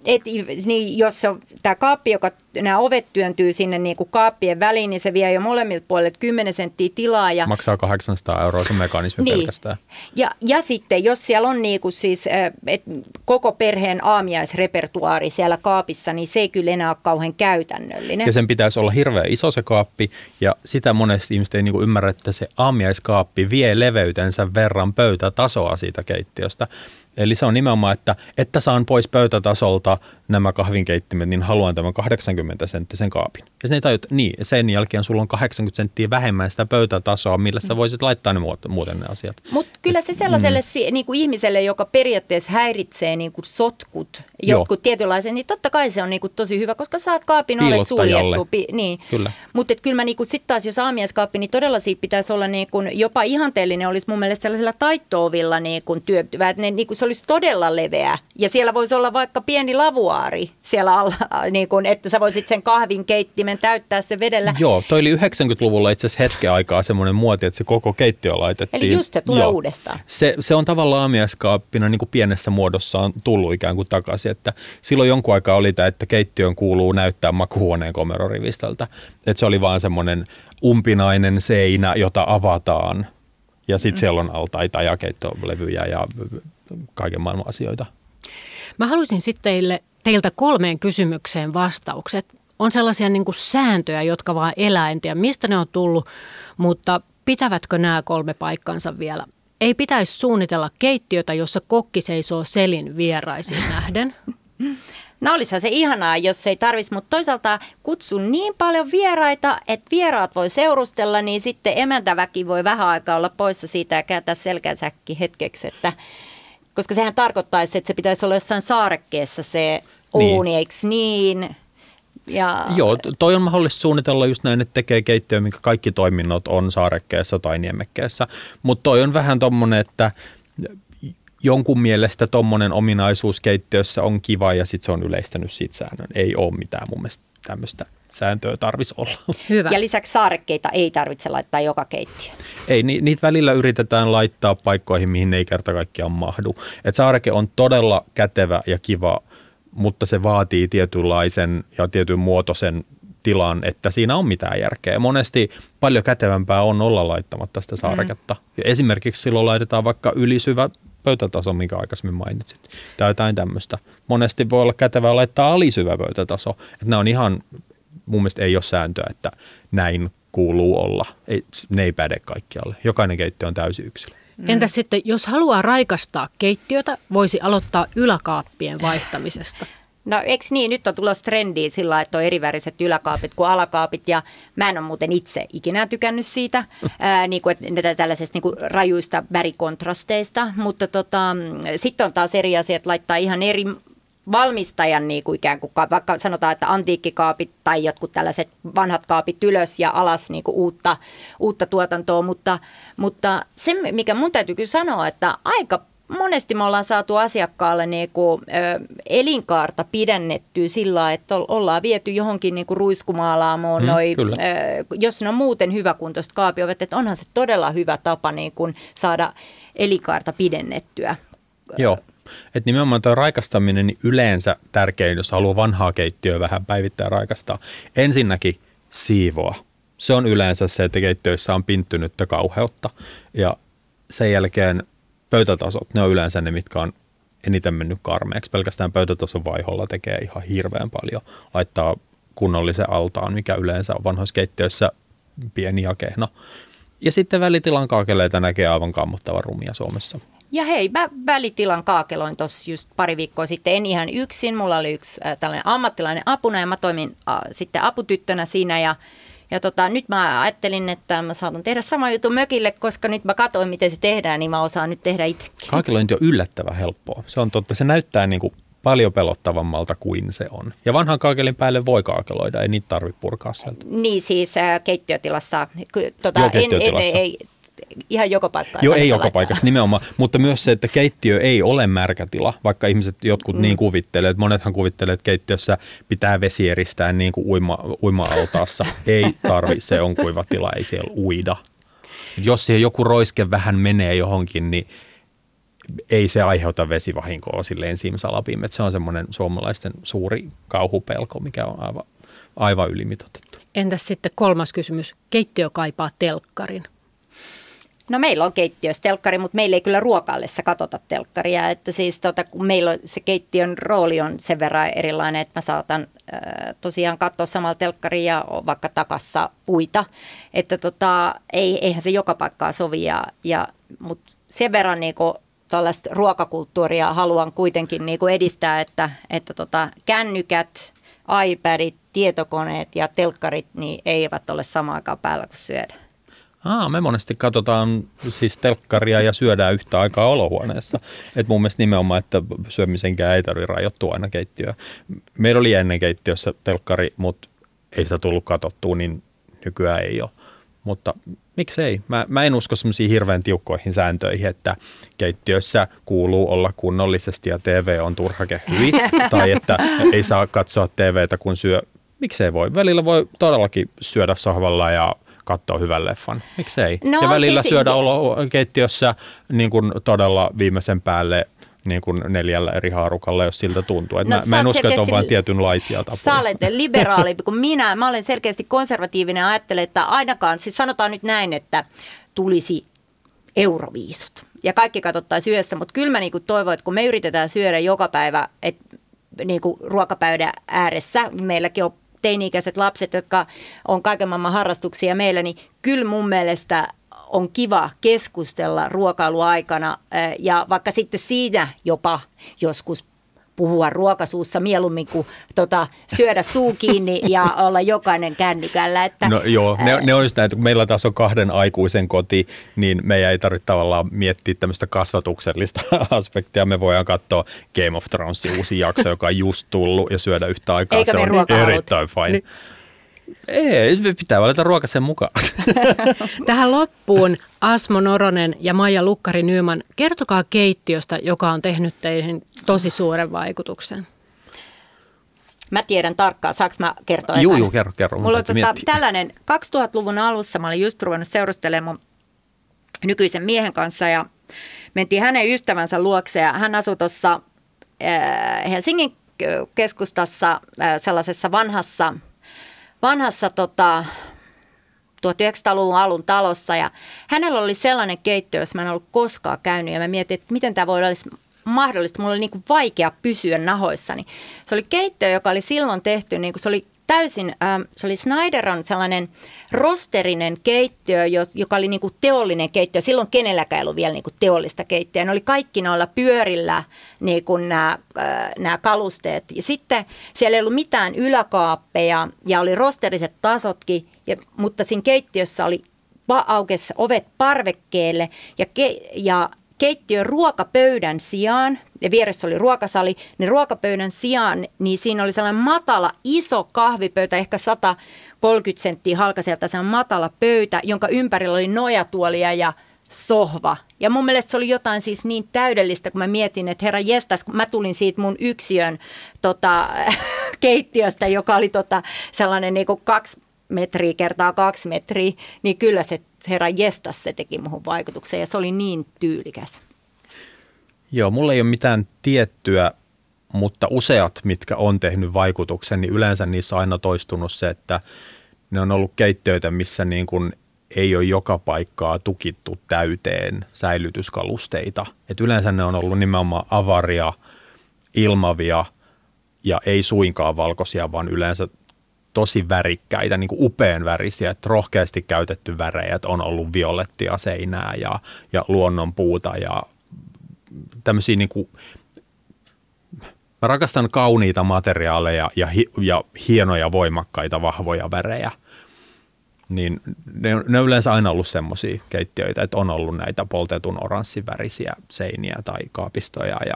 Niin jos tämä kaappi, nämä ovet työntyy sinne niin kuin kaappien väliin, niin se vie jo molemmilta puolilta 10 senttiä tilaa. Ja maksaa 800 € se mekanismi niin. pelkästään. Ja sitten, jos siellä on niin kuin siis, koko perheen aamiaisrepertuaari siellä kaapissa, niin se ei kyllä enää ole kauhean käytännöllinen. Ja sen pitäisi olla hirveän iso se kaappi, ja sitä monesti ihmiset ei niin kuin ymmärrä, että se aamiaiskaappi vie leveytensä verran pöytätasoa siitä keittiöstä. Eli se on nimenomaan, että saan pois pöytätasolta nämä kahvinkeittimet, niin haluan tämän 80-senttisen kaapin. Ja sen ei tajuta, niin sen jälkeen sulla on 80 senttiä vähemmän sitä pöytätasoa, millä sä voisit laittaa ne muuten ne asiat. Mutta kyllä se sellaiselle niin kuin ihmiselle, joka periaatteessa häiritsee niin kuin sotkut, jotkut tietynlaiset, niin totta kai se on niin kuin tosi hyvä, koska saat kaapin, olet suljettu. Niin. Kyllä. Mutta kyllä mä niin kuin sitten taas, jos aamiaiskaappi, niin todella siitä pitäisi olla niin kuin, jopa ihanteellinen olisi mun mielestä sellaisella taitto-ovilla niin kuin työntyvä, että niin kuin se olisi todella leveä. Ja siellä voisi olla vaikka pieni lavuaari siellä alla, niin kuin, että sä voisit sen kahvin keittimen täyttää sen vedellä. Joo, toi oli 90-luvulla itse asiassa hetken aikaa semmoinen muoti, että se koko keittiö laitettiin. Eli just se tulee uudestaan. Se on tavallaan aamiaiskaappina niin kuin pienessä muodossaan tullut ikään kuin takaisin. Että silloin jonkun aikaa oli tämä, että keittiön kuuluu näyttää makuuhuoneen komerorivistöltä. Että se oli vaan semmoinen umpinainen seinä, jota avataan. Ja sitten siellä on altaita ja keittolevyjä ja kaiken maailman asioita. Mä haluaisin sitten teiltä 3 kysymykseen vastaukset. On sellaisia niin kuin sääntöjä, jotka vaan elää, en tiedä mistä ne on tullut, mutta pitävätkö nämä 3 paikkansa vielä? Ei pitäisi suunnitella keittiötä, jossa kokki seisoo selin vieraisiin nähden. No olisihan se ihanaa, jos ei tarvitsisi, mutta toisaalta kutsun niin paljon vieraita, että vieraat voi seurustella, niin sitten emäntäväki voi vähän aikaa olla poissa siitä ja kääntää selkänsäkki hetkeksi, koska sehän tarkoittaisi, että se pitäisi olla jossain saarekkeessa se uuni, eikö niin? Joo, toi on mahdollista suunnitella just näin, että tekee keittiö, minkä kaikki toiminnot on saarekkeessa tai niemekkeessä, mutta toi on vähän tommonen, että jonkun mielestä tommonen ominaisuus keittiössä on kiva ja sitten se on yleistänyt siitä säännön. Ei ole mitään mun mielestä tämmöistä sääntöä tarvitsisi olla. Hyvä. Ja lisäksi saarekkeita ei tarvitse laittaa joka keittiö. Ei, niitä välillä yritetään laittaa paikkoihin, mihin ne ei kerta kaikkiaan mahdu. Et saareke on todella kätevä ja kiva, mutta se vaatii tietynlaisen ja tietyn muotoisen tilan, että siinä on mitään järkeä. Monesti paljon kätevämpää on olla laittamatta sitä saareketta. Ja esimerkiksi silloin laitetaan vaikka ylisyvä pöytätaso, minkä aikaisemmin mainitsit, tai jotain tämmöistä. Monesti voi olla kätevää laittaa alisyvä pöytätaso. Että nämä on ihan, mun mielestä ei ole sääntöä, että näin kuuluu olla. Ne ei päde kaikkialle. Jokainen keittiö on täysin yksilö. Entäs sitten, jos haluaa raikastaa keittiötä, voisi aloittaa yläkaappien vaihtamisesta? No eikö niin, nyt on tulossa trendiä sillä, että on eriväriset yläkaapit kuin alakaapit ja mä en ole muuten itse ikinä tykännyt siitä, niin kuin, että tällaisesta niin kuin rajuista värikontrasteista, mutta sitten on taas eri asia, että laittaa ihan eri valmistajan niin kuin ikään kuin, vaikka sanotaan, että antiikkikaapit tai jotkut tällaiset vanhat kaapit ylös ja alas niin kuin uutta tuotantoa, mutta se mikä mun täytyy kyllä sanoa, että aika monesti me ollaan saatu asiakkaalle niinku, elinkaarta pidennettyä sillä, että ollaan viety johonkin niinku ruiskumaalaamoon, jos ne on muuten hyväkuntoiset kaapiovet, että onhan se todella hyvä tapa niinku saada elinkaarta pidennettyä. Joo, että nimenomaan tuo raikastaminen niin yleensä tärkein, jos haluaa vanhaa keittiöä vähän päivittää raikastaa. Ensinnäkin siivoa. Se on yleensä se, että keittiöissä on pinttynyttä kauheutta ja sen jälkeen pöytätasot, ne on yleensä ne, mitkä on eniten mennyt karmeeksi. Pelkästään pöytätason vaiholla tekee ihan hirveän paljon. Laittaa kunnollisen altaan, mikä yleensä on vanhoissa keittiöissä pieni ja kehno. Ja sitten välitilan kaakeleita näkee aivan kammottavan rumia Suomessa. Ja hei, mä välitilan kaakeloin tuossa just pari viikkoa sitten, en ihan yksin. Mulla oli yksi tällainen ammattilainen apuna ja mä toimin sitten aputyttönä siinä ja nyt mä ajattelin, että mä saatan tehdä sama jutun mökille, koska nyt mä katsoin, miten se tehdään, niin mä osaan nyt tehdä itsekin. Kaakelointi on yllättävän helppoa. Se on totta, se näyttää niin kuin paljon pelottavammalta kuin se on. Ja vanhan kaakelin päälle voi kaakeloida, ei niitä tarvitse purkaa sieltä. Niin siis keittiötilassa. Joo, keittiötilassa. Ei, ihan joka paikka. Joo, ei joka paikassa nimenomaan, mutta myös se, että keittiö ei ole märkä tila, vaikka ihmiset jotkut niin kuvittelee, että monethan kuvittelee, että keittiössä pitää vesi eristää niin kuin uima-altaassa. Ei tarvi, se on kuiva tila, ei siellä uida. Jos siihen joku roiske vähän menee johonkin, niin ei se aiheuta vesivahinkoa silleen simsalabim. Että se on semmoinen suomalaisten suuri kauhupelko, mikä on aivan ylimitoitettu. Entäs sitten kolmas kysymys? Keittiö kaipaa telkkarin. No meillä on keittiössä telkkari, mutta meillä ei kyllä ruokaillessa katsota telkkaria. Että siis kun meillä on, se keittiön rooli on sen verran erilainen, että mä saatan tosiaan katsoa samalla telkkaria ja vaikka takassa puita. Että eihän se joka paikkaa sovi, mutta sen verran niinku tällaista ruokakulttuuria haluan kuitenkin niinku edistää, että kännykät, iPadit, tietokoneet ja telkkarit niin eivät ole samaan aikaan päällä kuin syödään. Me monesti katsotaan siis telkkaria ja syödään yhtä aikaa olohuoneessa. Et mun mielestä nimenomaan, että syömisenkään ei tarvitse rajoittua aina keittiöön. Meillä oli ennen keittiössä telkkari, mutta ei sitä tullut katsottua, niin nykyään ei ole. Mutta miksei? Mä en usko semmoisiin hirveän tiukkoihin sääntöihin, että keittiössä kuuluu olla kunnollisesti ja TV on turhake hyi. Tai että ei saa katsoa TVtä kun syö. Miksei voi? Välillä voi todellakin syödä sohvalla ja katsoa hyvän leffan. Miksei? No, ja välillä siis syödä keittiössä niin kuin todella viimeisen päälle niin kuin 4 eri haarukalla, jos siltä tuntuu. Mä en usko, että on vain tietynlaisia tapoja. Sä olet liberaalimpi kuin minä. Mä olen selkeästi konservatiivinen ja ajattelen, että ainakaan, siis sanotaan nyt näin, että tulisi euroviisut. Ja kaikki katsottaisiin yhdessä, mutta kyllä mä niin kuin toivon, että kun me yritetään syödä joka päivä niin kuin ruokapöydän ääressä, meilläkin on teini-ikäiset lapset, jotka on kaiken maailman harrastuksia meillä, niin kyllä mun mielestä on kiva keskustella ruokailuaikana ja vaikka sitten siinä jopa joskus puhua ruokasuussa mieluummin kuin syödä suu kiinni ja olla jokainen kännykällä. Että, no joo, ne on just näitä, kun meillä taas on 2 aikuisen koti, niin meidän ei tarvitse tavallaan miettiä tämmöistä kasvatuksellista aspektia. Me voidaan katsoa Game of Thronesin uusi jakso, joka on just tullut ja syödä yhtä aikaa. Eikä se on erittäin fine. Ei, pitää valita ruoka sen mukaan. Tähän loppuun Asmo Noronen ja Maija Lukkari-Nyman, kertokaa keittiöstä, joka on tehnyt teihin tosi suuren vaikutuksen. Mä tiedän tarkkaan, saanko mä kertoa jotain? Joo, kerro. Mulla on tällainen 2000-luvun alussa, mä olin just ruvennut seurustelemaan mun nykyisen miehen kanssa ja mentiin hänen ystävänsä luokse ja hän asui tuossa Helsingin keskustassa sellaisessa vanhassa 1900-luvun alun talossa ja hänellä oli sellainen keittiö, jos mä en ollut koskaan käynyt ja mä mietin, että miten tämä voi olla mahdollista. Mulla oli niin kuin vaikea pysyä nahoissani. Se oli keittiö, joka oli silloin tehty, niin kuin se oli täysin, se oli Schneideron sellainen rosterinen keittiö, joka oli niin kuin teollinen keittiö. Silloin kenelläkään ei ollut vielä niin kuin teollista keittiöä. Ne oli kaikki noilla pyörillä niin kuin nämä kalusteet. Ja sitten siellä ei ollut mitään yläkaappeja ja oli rosteriset tasotkin, mutta siinä keittiössä oli aukesi ovet parvekkeelle ja keittiön ruokapöydän sijaan, ja vieressä oli ruokasali, niin ruokapöydän sijaan, niin siinä oli sellainen matala, iso kahvipöytä, ehkä 130 senttiä halkaiselta, sellainen matala pöytä, jonka ympärillä oli nojatuolia ja sohva. Ja mun mielestä se oli jotain siis niin täydellistä, kun mä mietin, että herra jestas, kun mä tulin siitä mun yksiön keittiöstä, joka oli sellainen niin kuin 2 metriä kertaa 2 metriä, niin kyllä se herra jestas, se teki muhun vaikutuksen ja se oli niin tyylikäs. Joo, mulla ei ole mitään tiettyä, mutta useat, mitkä on tehnyt vaikutuksen, niin yleensä niissä on aina toistunut se, että ne on ollut keittiöitä, missä niin kuin ei ole joka paikkaa tukittu täyteen säilytyskalusteita. Et yleensä ne on ollut nimenomaan avaria, ilmavia ja ei suinkaan valkoisia, vaan yleensä tosi värikkäitä, niin kuin upean värisiä, että rohkeasti käytetty värejä, että on ollut violettia seinää ja luonnonpuuta ja tämmöisiä niin kuin, mä rakastan kauniita materiaaleja ja hienoja, voimakkaita, vahvoja värejä. Niin ne on yleensä aina ollut semmoisia keittiöitä, että on ollut näitä poltetun oranssivärisiä seiniä tai kaapistoja ja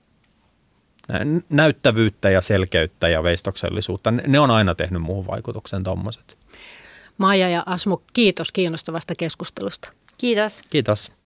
näyttävyyttä ja selkeyttä ja veistoksellisuutta. Ne on aina tehnyt muuhun vaikutuksen tommoset. Maija ja Asmo, kiitos kiinnostavasta keskustelusta. Kiitos. Kiitos.